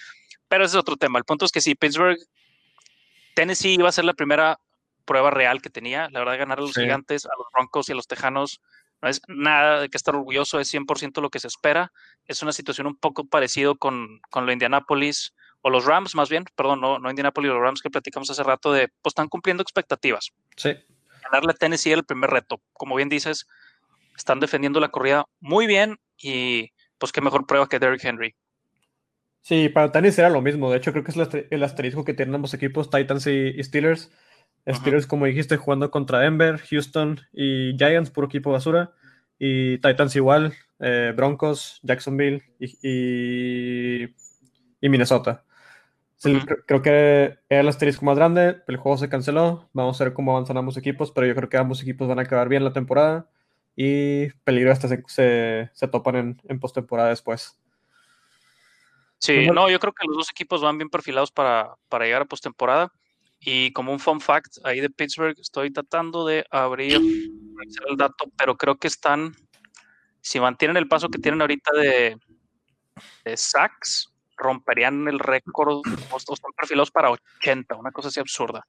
pero ese es otro tema. El punto es que sí, Pittsburgh, Tennessee iba a ser la primera prueba real que tenía. La verdad, ganar a los Sí. Gigantes, a los Broncos y a los Tejanos no es nada de que estar orgulloso, es cien por ciento lo que se espera. Es una situación un poco parecido con, con lo Indianapolis, o los Rams más bien, perdón, no, no Indianapolis, los Rams que platicamos hace rato, de pues están cumpliendo expectativas. Sí. Ganarle a Tennessee era el primer reto. Como bien dices, están defendiendo la corrida muy bien y pues qué mejor prueba que Derrick Henry. Sí, para Tennessee era lo mismo. De hecho, creo que es el, aster- el asterisco que tienen ambos equipos, Titans y, y Steelers. Steelers, Uh-huh. como dijiste, jugando contra Denver, Houston y Giants, puro equipo basura. Y Titans igual, eh, Broncos, Jacksonville y, y, y Minnesota. Sí, Uh-huh. cre- creo que era el asterisco más grande. El juego se canceló. Vamos a ver cómo avanzan ambos equipos, pero yo creo que ambos equipos van a acabar bien la temporada. Y peligro hasta se, se, se topan en, en postemporada después. Sí, Número- no, yo creo que los dos equipos van bien perfilados para, para llegar a postemporada. Y como un fun fact, ahí de Pittsburgh, estoy tratando de abrir revisar el dato, pero creo que están, si mantienen el paso que tienen ahorita de, de sacks, romperían el récord, o, o están perfilados para ochenta, una cosa así absurda.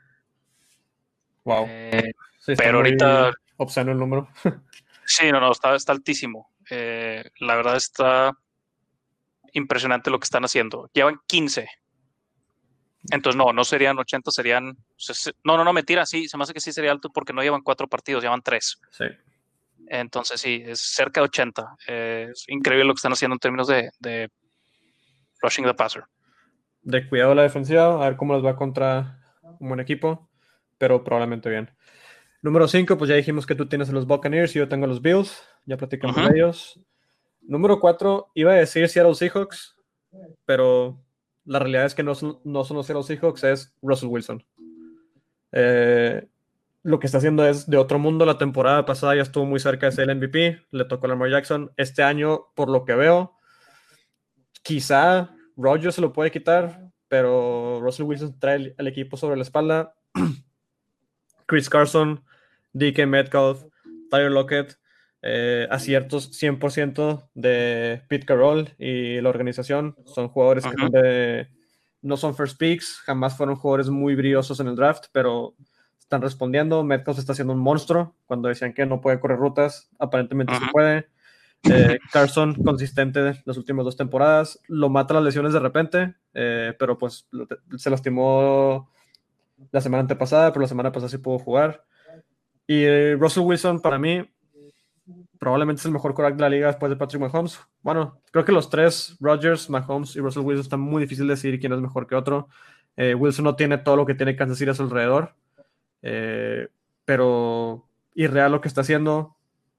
Wow. Eh, Sí, está pero muy ahorita, obsceno el número. sí, no, no, está, está altísimo. Eh, la verdad está impresionante lo que están haciendo. Llevan quince. Entonces, no, no serían ochenta, serían. No, no, no, mentira, sí, se me hace que sí sería alto porque no llevan cuatro partidos, llevan tres. Sí. Entonces, sí, es cerca de ochenta. Eh, es increíble lo que están haciendo en términos de, de rushing the passer. De cuidado a la defensiva, a ver cómo les va contra un buen equipo, pero probablemente bien. Número cinco, pues ya dijimos que tú tienes a los Buccaneers y yo tengo a los Bills, ya platicamos Uh-huh. de ellos. Número cuatro, iba a decir Seattle Seahawks, pero la realidad es que no son, no son los Seattle Seahawks, es Russell Wilson. Eh, lo que está haciendo es de otro mundo. La temporada pasada ya estuvo muy cerca de ser el M V P, le tocó a Lamar Jackson. Este año, por lo que veo, quizá Rodgers se lo puede quitar, pero Russell Wilson trae el, el equipo sobre la espalda. Chris Carson, D K Metcalf, Tyler Lockett, eh, aciertos cien por ciento de Pete Carroll y la organización. Son jugadores que Uh-huh. son de, no son first picks, jamás fueron jugadores muy brillosos en el draft, pero están respondiendo. Metcalf está siendo un monstruo. Cuando decían que no puede correr rutas, aparentemente sí Uh-huh. puede. Eh, Carson, consistente las últimas dos temporadas, lo mata las lesiones de repente, eh, pero pues se lastimó la semana antepasada, pero la semana pasada sí pudo jugar. Y eh, Russell Wilson, para mí, probablemente es el mejor quarterback de la liga después de Patrick Mahomes. Bueno, creo que los tres, Rodgers, Mahomes y Russell Wilson, están muy difícil de decidir quién es mejor que otro. Eh, Wilson no tiene todo lo que tiene Kansas City a su alrededor, eh, pero irreal lo que está haciendo.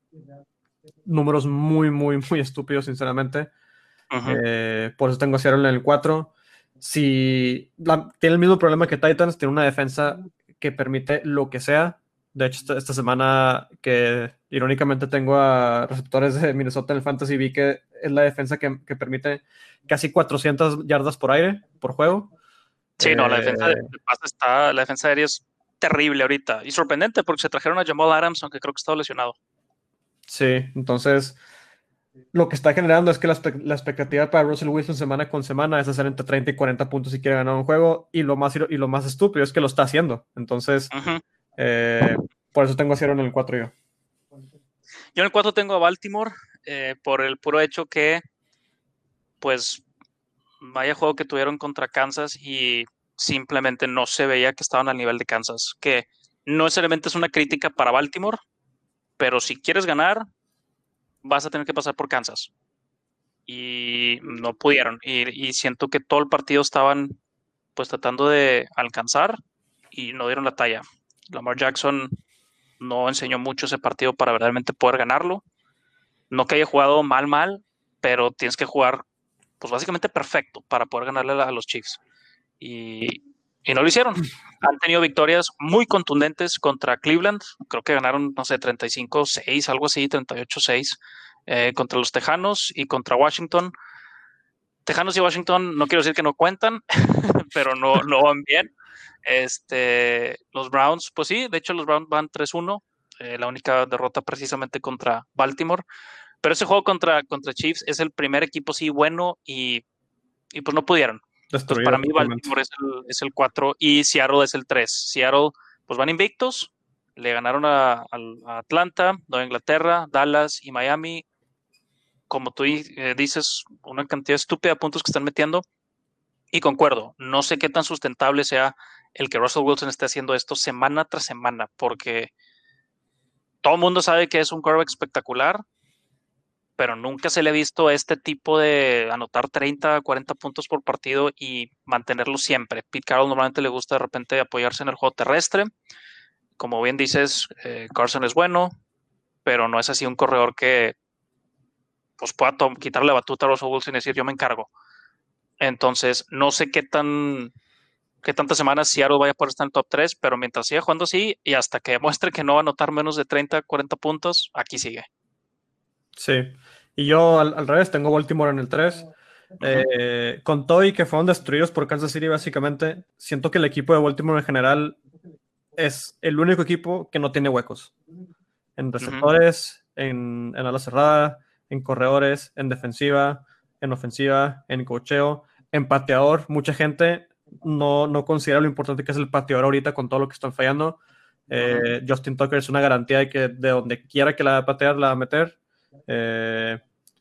Números muy, muy, muy estúpidos, sinceramente. Uh-huh. Eh, por eso tengo a Seattle en el cuatro. Si la, tiene el mismo problema que Titans, tiene una defensa que permite lo que sea. De hecho, esta, esta semana que irónicamente tengo a receptores de Minnesota en el Fantasy, vi que es la defensa que, que permite casi cuatrocientas yardas por aire, por juego. Sí, no, la defensa de, Eh, de pase está, la defensa aérea es terrible ahorita y sorprendente porque se trajeron a Jamal Adams, aunque creo que estaba lesionado. sí, entonces lo que está generando es que la, la, expectativa para Russell Wilson semana con semana es hacer entre treinta y cuarenta puntos si quiere ganar un juego, y lo más, y lo más estúpido es que lo está haciendo. Entonces, Uh-huh. eh, por eso tengo a Cierro en el cuatro yo. Yo en el cuatro tengo a Baltimore eh, por el puro hecho que, pues, vaya juego que tuvieron contra Kansas y simplemente no se veía que estaban al nivel de Kansas, que no necesariamente es una crítica para Baltimore, pero si quieres ganar, vas a tener que pasar por Kansas. Y no pudieron. Y, y siento que todo el partido estaban pues tratando de alcanzar y no dieron la talla. Lamar Jackson no enseñó mucho ese partido para verdaderamente poder ganarlo. No que haya jugado mal, mal, pero tienes que jugar pues básicamente perfecto para poder ganarle a los Chiefs. Y, y no lo hicieron. Han tenido victorias muy contundentes contra Cleveland. Creo que ganaron, no sé, treinta y cinco seis, algo así, treinta y ocho seis, eh, contra los Tejanos y contra Washington. Tejanos y Washington, no quiero decir que no cuentan, pero no, no van bien. Este, los Browns, pues sí, de hecho los Browns van tres uno, eh, la única derrota precisamente contra Baltimore. Pero ese juego contra, contra Chiefs es el primer equipo sí bueno y, y pues no pudieron. Entonces, Destruido para mí, totalmente. Baltimore es el, es el cuatro y Seattle es el tres. Seattle, pues van invictos, le ganaron a, a Atlanta, Nueva Inglaterra, Dallas y Miami. Como tú eh, dices, una cantidad estúpida de puntos que están metiendo. Y concuerdo, no sé qué tan sustentable sea el que Russell Wilson esté haciendo esto semana tras semana, porque todo el mundo sabe que es un quarterback espectacular, pero nunca se le ha visto este tipo de anotar treinta, cuarenta puntos por partido y mantenerlo siempre. Pete Carroll normalmente le gusta de repente apoyarse en el juego terrestre. Como bien dices, eh, Carson es bueno, pero no es así un corredor que pues, pueda quitarle la batuta a Russell Wilson y decir yo me encargo. Entonces, no sé qué tan qué tantas semanas Seattle vaya a poder estar en el top tres, pero mientras siga jugando así y hasta que demuestre que no va a anotar menos de treinta, cuarenta puntos, aquí sigue. Sí. Y yo al, al revés, tengo Baltimore en el tres. Uh -huh. Eh, con todo y que fueron destruidos por Kansas City, básicamente, siento que el equipo de Baltimore en general es el único equipo que no tiene huecos. En Uh -huh. receptores, en, en ala cerrada, en corredores, en defensiva, en ofensiva, en cocheo, en pateador. Mucha gente no, no considera lo importante que es el pateador ahorita con todo lo que están fallando. Eh, Uh -huh. Justin Tucker es una garantía de que de donde quiera que la va a patear, la va a meter. Eh,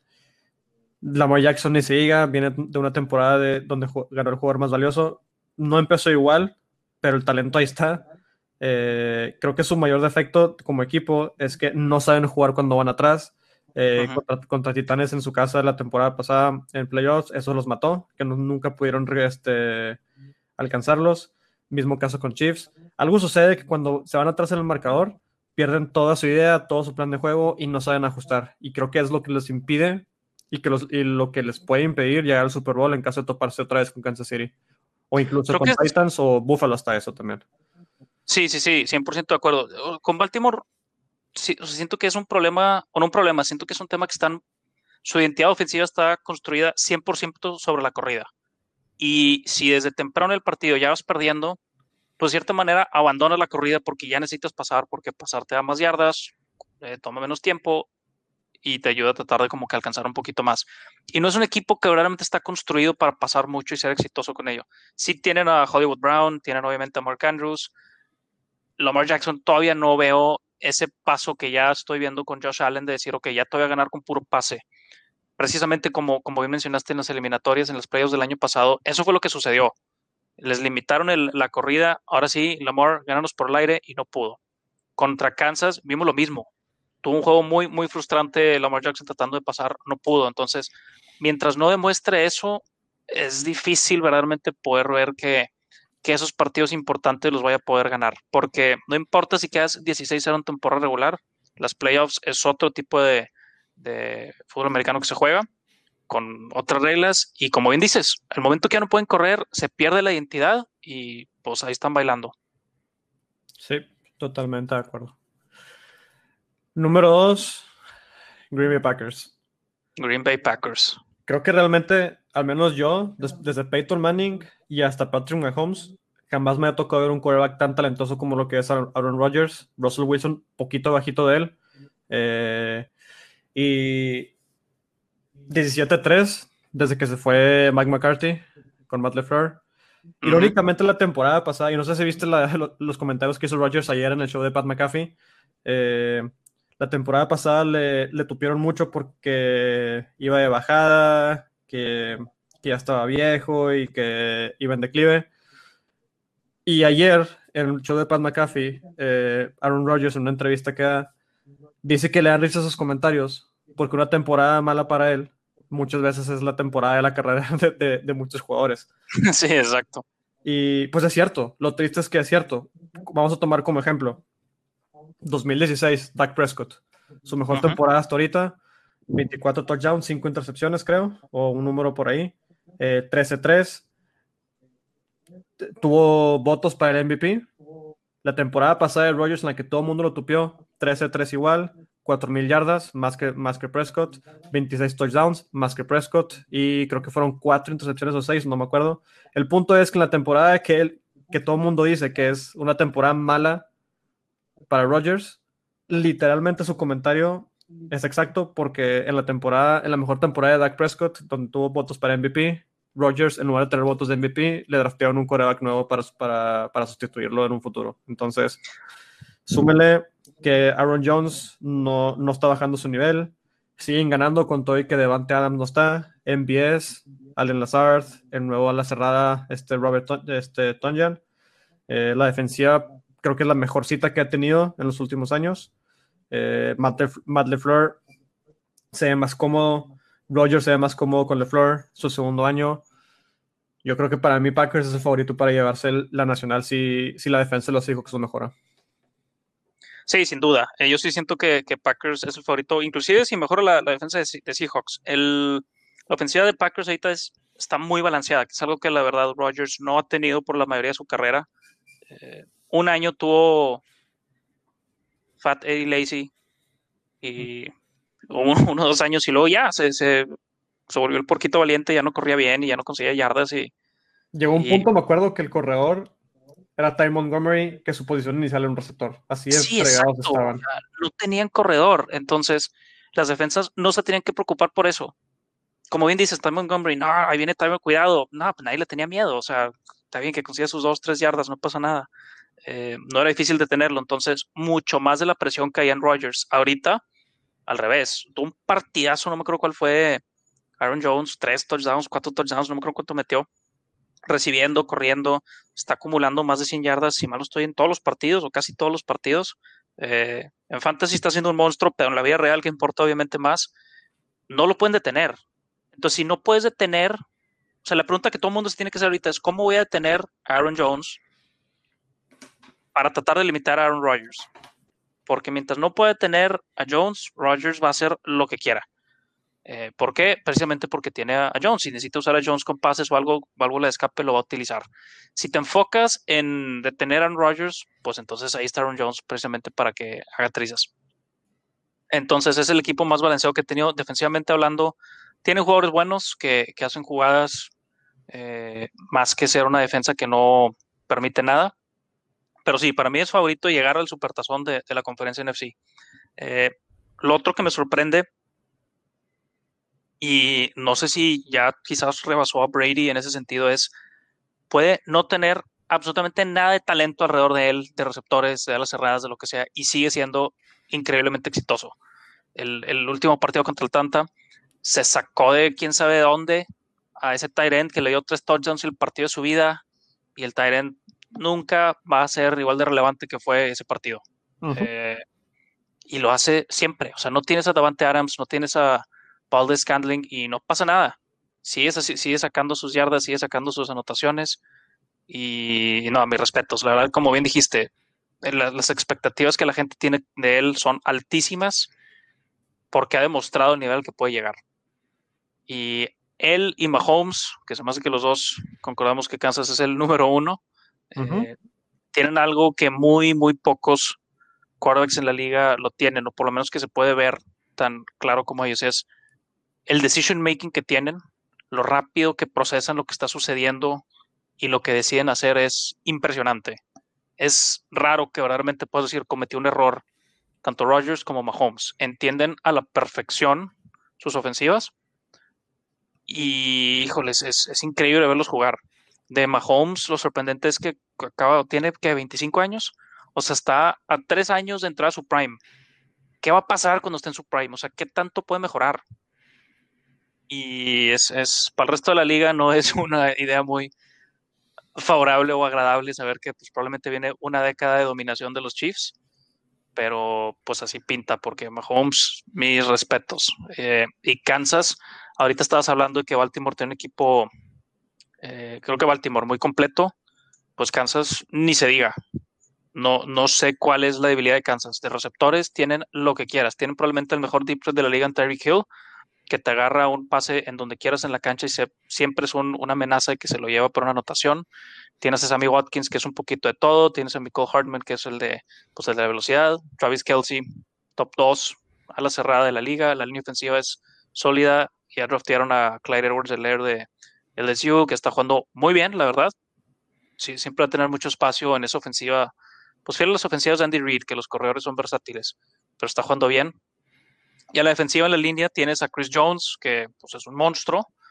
Lamar Jackson ni se diga, viene de una temporada de, donde ganó el jugador más valioso. No empezó igual, pero el talento ahí está. Eh, creo que su mayor defecto como equipo es que no saben jugar cuando van atrás. Eh, Uh -huh. contra, contra, Titanes en su casa la temporada pasada en playoffs, eso los mató, que no, nunca pudieron este, alcanzarlos. Mismo caso con Chiefs. Algo sucede que cuando se van atrás en el marcador, pierden toda su idea, todo su plan de juego y no saben ajustar. Y creo que es lo que les impide y, que los, y lo que les puede impedir llegar al Super Bowl en caso de toparse otra vez con Kansas City. O incluso Creo con que Titans o Buffalo hasta eso también. sí, sí, sí, cien por ciento de acuerdo. Con Baltimore, sí, o sea, siento que es un problema, o no un problema, siento que es un tema que están, su identidad ofensiva está construida cien por ciento sobre la corrida. Y si desde temprano el partido ya vas perdiendo, pues de cierta manera abandonas la corrida porque ya necesitas pasar, porque pasar te da más yardas, eh, toma menos tiempo y te ayuda a tratar de como que alcanzar un poquito más. Y no es un equipo que verdaderamente está construido para pasar mucho y ser exitoso con ello. Sí tienen a Hollywood Brown, tienen obviamente a Mark Andrews. Lamar Jackson todavía no veo ese paso que ya estoy viendo con Josh Allen de decir, ok, ya te voy a ganar con puro pase. Precisamente como, como bien mencionaste en las eliminatorias, en los playoffs del año pasado, eso fue lo que sucedió. Les limitaron el, la corrida, ahora sí, Lamar gananos por el aire y no pudo. Contra Kansas vimos lo mismo. Tuvo un juego muy, muy frustrante Lamar Jackson tratando de pasar, no pudo. Entonces, mientras no demuestre eso, es difícil verdaderamente poder ver que, que esos partidos importantes los vaya a poder ganar. Porque no importa si quedas dieciséis cero en temporada regular, las playoffs es otro tipo de, de fútbol americano que se juega con otras reglas. Y como bien dices, el momento que ya no pueden correr, se pierde la identidad y pues ahí están bailando. Sí, totalmente de acuerdo. Número dos, Green Bay Packers. Green Bay Packers. Creo que realmente, al menos yo, des desde Peyton Manning y hasta Patrick Mahomes, jamás me ha tocado ver un quarterback tan talentoso como lo que es Aaron Rodgers. Russell Wilson, poquito bajito de él. Eh, y diecisiete tres, desde que se fue Mike McCarthy con Matt LaFleur. Uh -huh. Irónicamente, la temporada pasada, y no sé si viste la, lo, los comentarios que hizo Rodgers ayer en el show de Pat McAfee, eh, la temporada pasada le, le tupieron mucho porque iba de bajada, que, que ya estaba viejo y que iba en declive. Y ayer, en el show de Pat McAfee, eh, Aaron Rodgers, en una entrevista que da, dice que le dan risa esos comentarios porque una temporada mala para él muchas veces es la temporada de la carrera de, de, de muchos jugadores. Sí, exacto. Y pues es cierto, lo triste es que es cierto. Vamos a tomar como ejemplo dos mil dieciséis, Dak Prescott, su mejor Uh -huh. temporada hasta ahorita, veinticuatro touchdowns, cinco intercepciones creo, o un número por ahí, eh, trece tres, tuvo votos para el M V P. La temporada pasada de Rodgers en la que todo el mundo lo tupió, trece tres igual, cuatro mil yardas, más que, más que Prescott, veintiséis touchdowns, más que Prescott, y creo que fueron cuatro intercepciones o seis, no me acuerdo. El punto es que en la temporada que, él, que todo el mundo dice que es una temporada mala para Rodgers, literalmente su comentario es exacto porque en la temporada, en la mejor temporada de Dak Prescott, donde tuvo votos para M V P, Rodgers, en lugar de tener votos de M V P, le draftearon un quarterback nuevo para, para, para sustituirlo en un futuro. Entonces, súmele que Aaron Jones no, no está bajando su nivel, siguen ganando con todo y que Devante Adams no está, M B S, Allen Lazard, el nuevo ala cerrada, este Robert este, Tonyan. Eh, la defensiva creo que es la mejor cita que ha tenido en los últimos años. Eh, Matt, Lef Matt LeFleur se ve más cómodo, Rodgers se ve más cómodo con LeFleur, su segundo año. Yo creo que para mí Packers es el favorito para llevarse el, la nacional si, si la defensa de los Seahawks lo mejora. Sí, sin duda. Eh, yo sí siento que, que Packers es el favorito, inclusive si mejora la, la defensa de, de Seahawks. El, la ofensiva de Packers ahorita es, está muy balanceada, que es algo que la verdad Rodgers no ha tenido por la mayoría de su carrera. Eh, un año tuvo Fat Eddie Lacy y uno, uno o dos años y luego ya se, se, se volvió el porquito valiente, ya no corría bien y ya no conseguía yardas. Y, Llegó un y punto, me acuerdo, que el corredor era Ty Montgomery, que su posición inicial era un receptor. Así de sí, fregados exacto. estaban. No tenían corredor, entonces las defensas no se tenían que preocupar por eso. Como bien dices, Ty Montgomery, no, ahí viene Ty, cuidado. No, pues nadie le tenía miedo. O sea, está bien que consiga sus dos, tres yardas, no pasa nada. Eh, no era difícil detenerlo. Entonces, mucho más de la presión caía en Rodgers. Ahorita, al revés. Tuvo un partidazo, no me acuerdo cuál fue. Aaron Jones, tres touchdowns, cuatro touchdowns, no me acuerdo cuánto metió. Recibiendo, corriendo, está acumulando más de cien yardas. Si mal no estoy, en todos los partidos o casi todos los partidos. Eh, en Fantasy está siendo un monstruo, pero en la vida real, que importa obviamente más, no lo pueden detener. Entonces, si no puedes detener, o sea, la pregunta que todo el mundo se tiene que hacer ahorita es: ¿cómo voy a detener a Aaron Jones para tratar de limitar a Aaron Rodgers? Porque mientras no pueda detener a Jones, Rodgers va a hacer lo que quiera. Eh, ¿Por qué? Precisamente porque tiene a Jones. Si necesita usar a Jones con pases o algo, válvula de escape, lo va a utilizar. Si te enfocas en detener a Aaron Rodgers, pues entonces ahí está Aaron Jones precisamente para que haga trizas. Entonces es el equipo más balanceado que he tenido defensivamente hablando. Tiene jugadores buenos que, que hacen jugadas eh, más que ser una defensa que no permite nada. Pero sí, para mí es favorito llegar al supertazón de, de la conferencia N F C. Eh, lo otro que me sorprende, y no sé si ya quizás rebasó a Brady en ese sentido, es puede no tener absolutamente nada de talento alrededor de él, de receptores, de alas cerradas, de lo que sea, y sigue siendo increíblemente exitoso. El, el último partido contra el Atlanta se sacó de quién sabe de dónde a ese tight end que le dio tres touchdowns el partido de su vida, y el tight end nunca va a ser igual de relevante que fue ese partido. Uh-huh. Eh, y lo hace siempre. O sea, no tienes a Davante Adams, no tienes a Valdez Scantling y no pasa nada. Sigue, sigue sacando sus yardas, sigue sacando sus anotaciones. Y no, mis respetos. La verdad, como bien dijiste, las, las expectativas que la gente tiene de él son altísimas porque ha demostrado el nivel que puede llegar. Y él y Mahomes, que se me hace que los dos concordamos que Kansas es el número uno, uh-huh. eh, tienen algo que muy, muy pocos quarterbacks en la liga lo tienen, o por lo menos que se puede ver tan claro como ellos, es el decision making que tienen, lo rápido que procesan lo que está sucediendo y lo que deciden hacer es impresionante. Es raro que verdaderamente puedas decir cometió un error tanto Rodgers como Mahomes. Entienden a la perfección sus ofensivas y, híjoles, es, es increíble verlos jugar. De Mahomes, lo sorprendente es que acaba, tiene que veinticinco años, o sea, está a tres años de entrar a su prime. ¿Qué va a pasar cuando esté en su prime? O sea, ¿qué tanto puede mejorar? Y es, es para el resto de la liga no es una idea muy favorable o agradable saber que pues, probablemente viene una década de dominación de los Chiefs, pero pues así pinta, porque Mahomes, mis respetos. Eh, y Kansas, ahorita estabas hablando de que Baltimore tiene un equipo, eh, creo que Baltimore muy completo, pues Kansas ni se diga. No, no sé cuál es la debilidad de Kansas. De receptores tienen lo que quieras. Tienen probablemente el mejor deep threat de la liga en Tyreek Hill, que te agarra un pase en donde quieras en la cancha y se, siempre es un, una amenaza y que se lo lleva por una anotación. Tienes a Sammy Watkins, que es un poquito de todo. Tienes a Mecole Hardman, que es el de, pues el de la velocidad. Travis Kelce, top dos, a la cerrada de la liga. La línea ofensiva es sólida. Ya draftearon a Clyde Edwards-Helaire de L S U, que está jugando muy bien, la verdad. Sí, siempre va a tener mucho espacio en esa ofensiva. Pues fiel a las ofensivas de Andy Reid, que los corredores son versátiles, pero está jugando bien. Y a la defensiva en la línea tienes a Chris Jones, que pues, es un monstruo.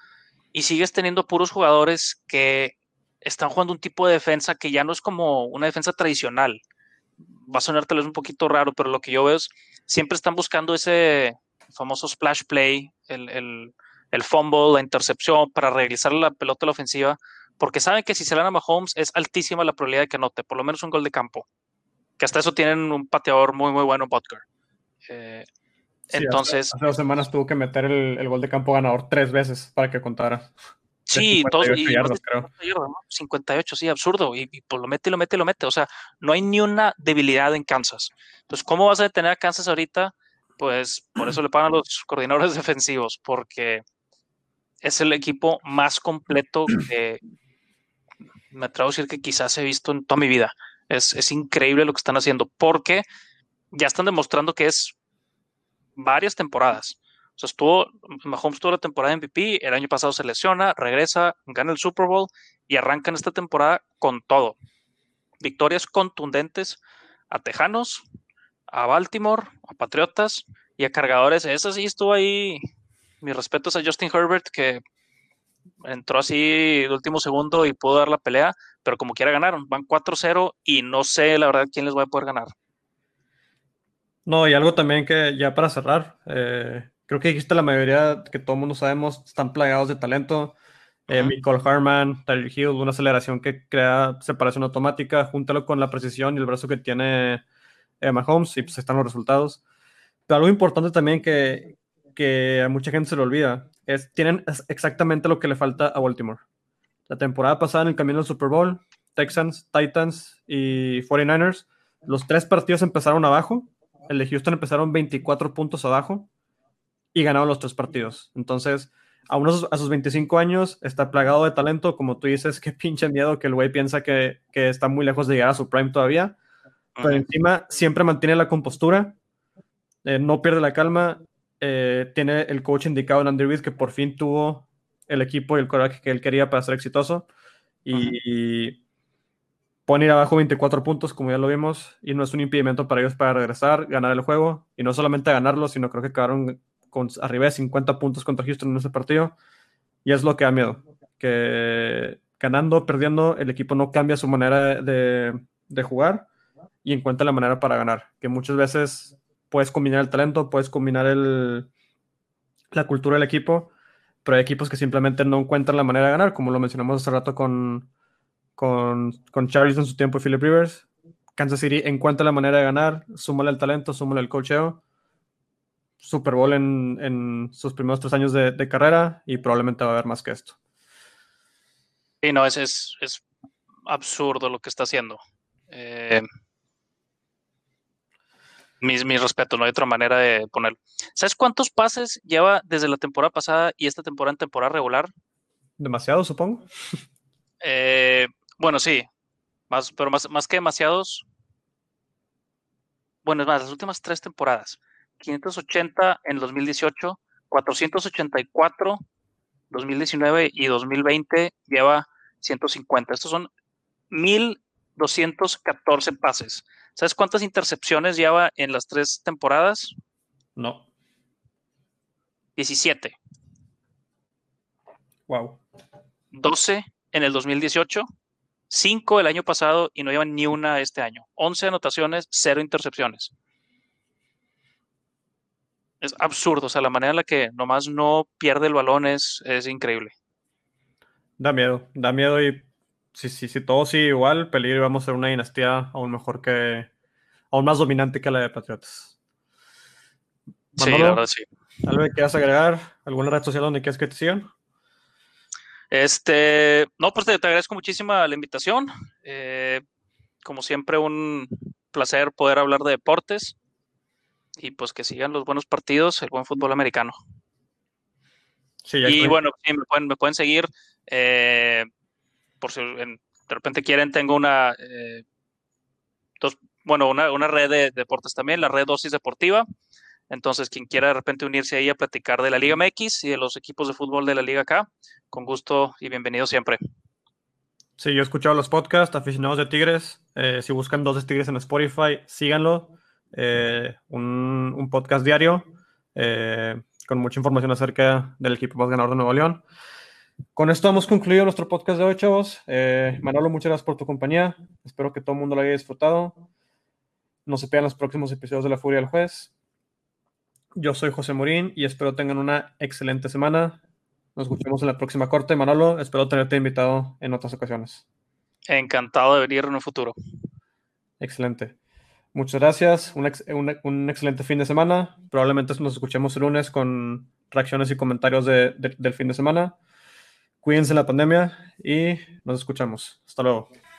y sigues teniendo puros jugadores que están jugando un tipo de defensa que ya no es como una defensa tradicional. Va a sonar tal vez un poquito raro, pero lo que yo veo es siempre están buscando ese famoso splash play, el, el, el fumble, la intercepción para regresar la pelota a la ofensiva, porque saben que si se le dan a Mahomes es altísima la probabilidad de que anote, por lo menos un gol de campo, que hasta eso tienen un pateador muy, muy bueno, Butker. Eh, Sí, hace, entonces, hace dos semanas tuvo que meter el, el gol de campo ganador tres veces para que contara. De sí, cincuenta y todos, ocho y más de yardas, creo. cincuenta yardas, ¿no? cincuenta y ocho, sí, absurdo. Y, y, pues lo mete, lo mete, lo mete. O sea, no hay ni una debilidad en Kansas. Entonces, ¿cómo vas a detener a Kansas ahorita? Pues por eso le pagan a los coordinadores defensivos, porque es el equipo más completo que me atrevo a decir que quizás he visto en toda mi vida. Es, es increíble lo que están haciendo, porque ya están demostrando que es varias temporadas. O sea, estuvo, Mahomes tuvo la temporada de M V P, el año pasado se lesiona, regresa, gana el Super Bowl y arrancan esta temporada con todo. Victorias contundentes a Tejanos, a Baltimore, a Patriotas y a Cargadores. Esa sí estuvo ahí. Mis respetos a Justin Herbert, que entró así de último segundo y pudo dar la pelea, pero como quiera ganaron. Van cuatro cero y no sé la verdad quién les va a poder ganar. No, y algo también que ya para cerrar, eh, creo que dijiste la mayoría que todo el mundo sabemos, están plagados de talento. Uh Eh, -huh. Mecole Hardman, Tyreek Hill, una aceleración que crea separación automática, júntalo con la precisión y el brazo que tiene eh, Mahomes y pues están los resultados. Pero algo importante también que, que a mucha gente se le olvida es, tienen exactamente lo que le falta a Baltimore. La temporada pasada en el camino al Super Bowl, Texans, Titans y cuarenta y nueve ers, los tres partidos empezaron abajo. El de Houston empezaron veinticuatro puntos abajo y ganaron los tres partidos. Entonces, a, unos, a sus veinticinco años está plagado de talento. Como tú dices, qué pinche miedo que el güey piensa que, que está muy lejos de llegar a su prime todavía. Uh Pero -huh. encima siempre mantiene la compostura, eh, no pierde la calma. Eh, tiene el coach indicado en Andy Reid que por fin tuvo el equipo y el coraje que él quería para ser exitoso. Uh -huh. Y, y pueden ir abajo veinticuatro puntos, como ya lo vimos, y no es un impedimento para ellos para regresar, ganar el juego, y no solamente ganarlo, sino creo que acabaron con arriba de cincuenta puntos contra Houston en ese partido, y es lo que da miedo, que ganando, perdiendo, el equipo no cambia su manera de, de jugar y encuentra la manera para ganar, que muchas veces puedes combinar el talento, puedes combinar el, la cultura del equipo, pero hay equipos que simplemente no encuentran la manera de ganar, como lo mencionamos hace rato con con, con Chargers en su tiempo y Philip Rivers. Kansas City encuentra la manera de ganar, súmale el talento, súmale el coacheo. Super Bowl en, en sus primeros tres años de, de, carrera y probablemente va a haber más que esto. Sí, no, es, es, es absurdo lo que está haciendo. Eh, mis, mis respetos, no hay otra manera de ponerlo. ¿Sabes cuántos pases lleva desde la temporada pasada y esta temporada en temporada regular? Demasiado, supongo. Eh, bueno, sí, más, pero más, más que demasiados. Bueno, es más, las últimas tres temporadas. quinientos ochenta en dos mil dieciocho, cuatrocientos ochenta y cuatro dos mil diecinueve y dos mil veinte lleva ciento cincuenta. Estos son mil doscientos catorce pases. ¿Sabes cuántas intercepciones lleva en las tres temporadas? No. diecisiete. Wow. doce en el dos mil dieciocho, cinco el año pasado y no llevan ni una este año. once anotaciones, cero intercepciones. Es absurdo, o sea, la manera en la que nomás no pierde el balón es, es increíble. Da miedo, da miedo y si, si, si todo sigue igual, peligro y vamos a ser una dinastía aún mejor que, aún más dominante que la de Patriotas. Sí, la Manolo, verdad sí. ¿algo que quieras agregar? ¿Alguna red social donde quieras que te sigan? Este, no, pues te, te agradezco muchísimo la invitación. Eh, como siempre, un placer poder hablar de deportes y pues que sigan los buenos partidos, el buen fútbol americano. Sí, ya Y extraño. bueno, sí, me pueden, me pueden seguir, eh, por si en, de repente quieren, tengo una, eh, dos, bueno, una, una red de, de deportes también, la red Dosis Deportiva. Entonces, quien quiera de repente unirse ahí a platicar de la Liga M X y de los equipos de fútbol de la Liga K, con gusto y bienvenido siempre. Sí, yo he escuchado los podcasts, aficionados de Tigres. Eh, si buscan dos de Tigres en Spotify, síganlo. Eh, un, un, podcast diario eh, con mucha información acerca del equipo más ganador de Nuevo León. Con esto hemos concluido nuestro podcast de hoy, chavos. Eh, Manolo, muchas gracias por tu compañía. Espero que todo el mundo lo haya disfrutado. No se pierdan los próximos episodios de La Furia del Juez. Yo soy José Morín y espero tengan una excelente semana. Nos escuchamos en la próxima corte. Manolo, espero tenerte invitado en otras ocasiones. Encantado de venir en un futuro. Excelente. Muchas gracias. Un, ex, un, un excelente fin de semana. Probablemente nos escuchemos el lunes con reacciones y comentarios de, de, del fin de semana. Cuídense en la pandemia y nos escuchamos. Hasta luego.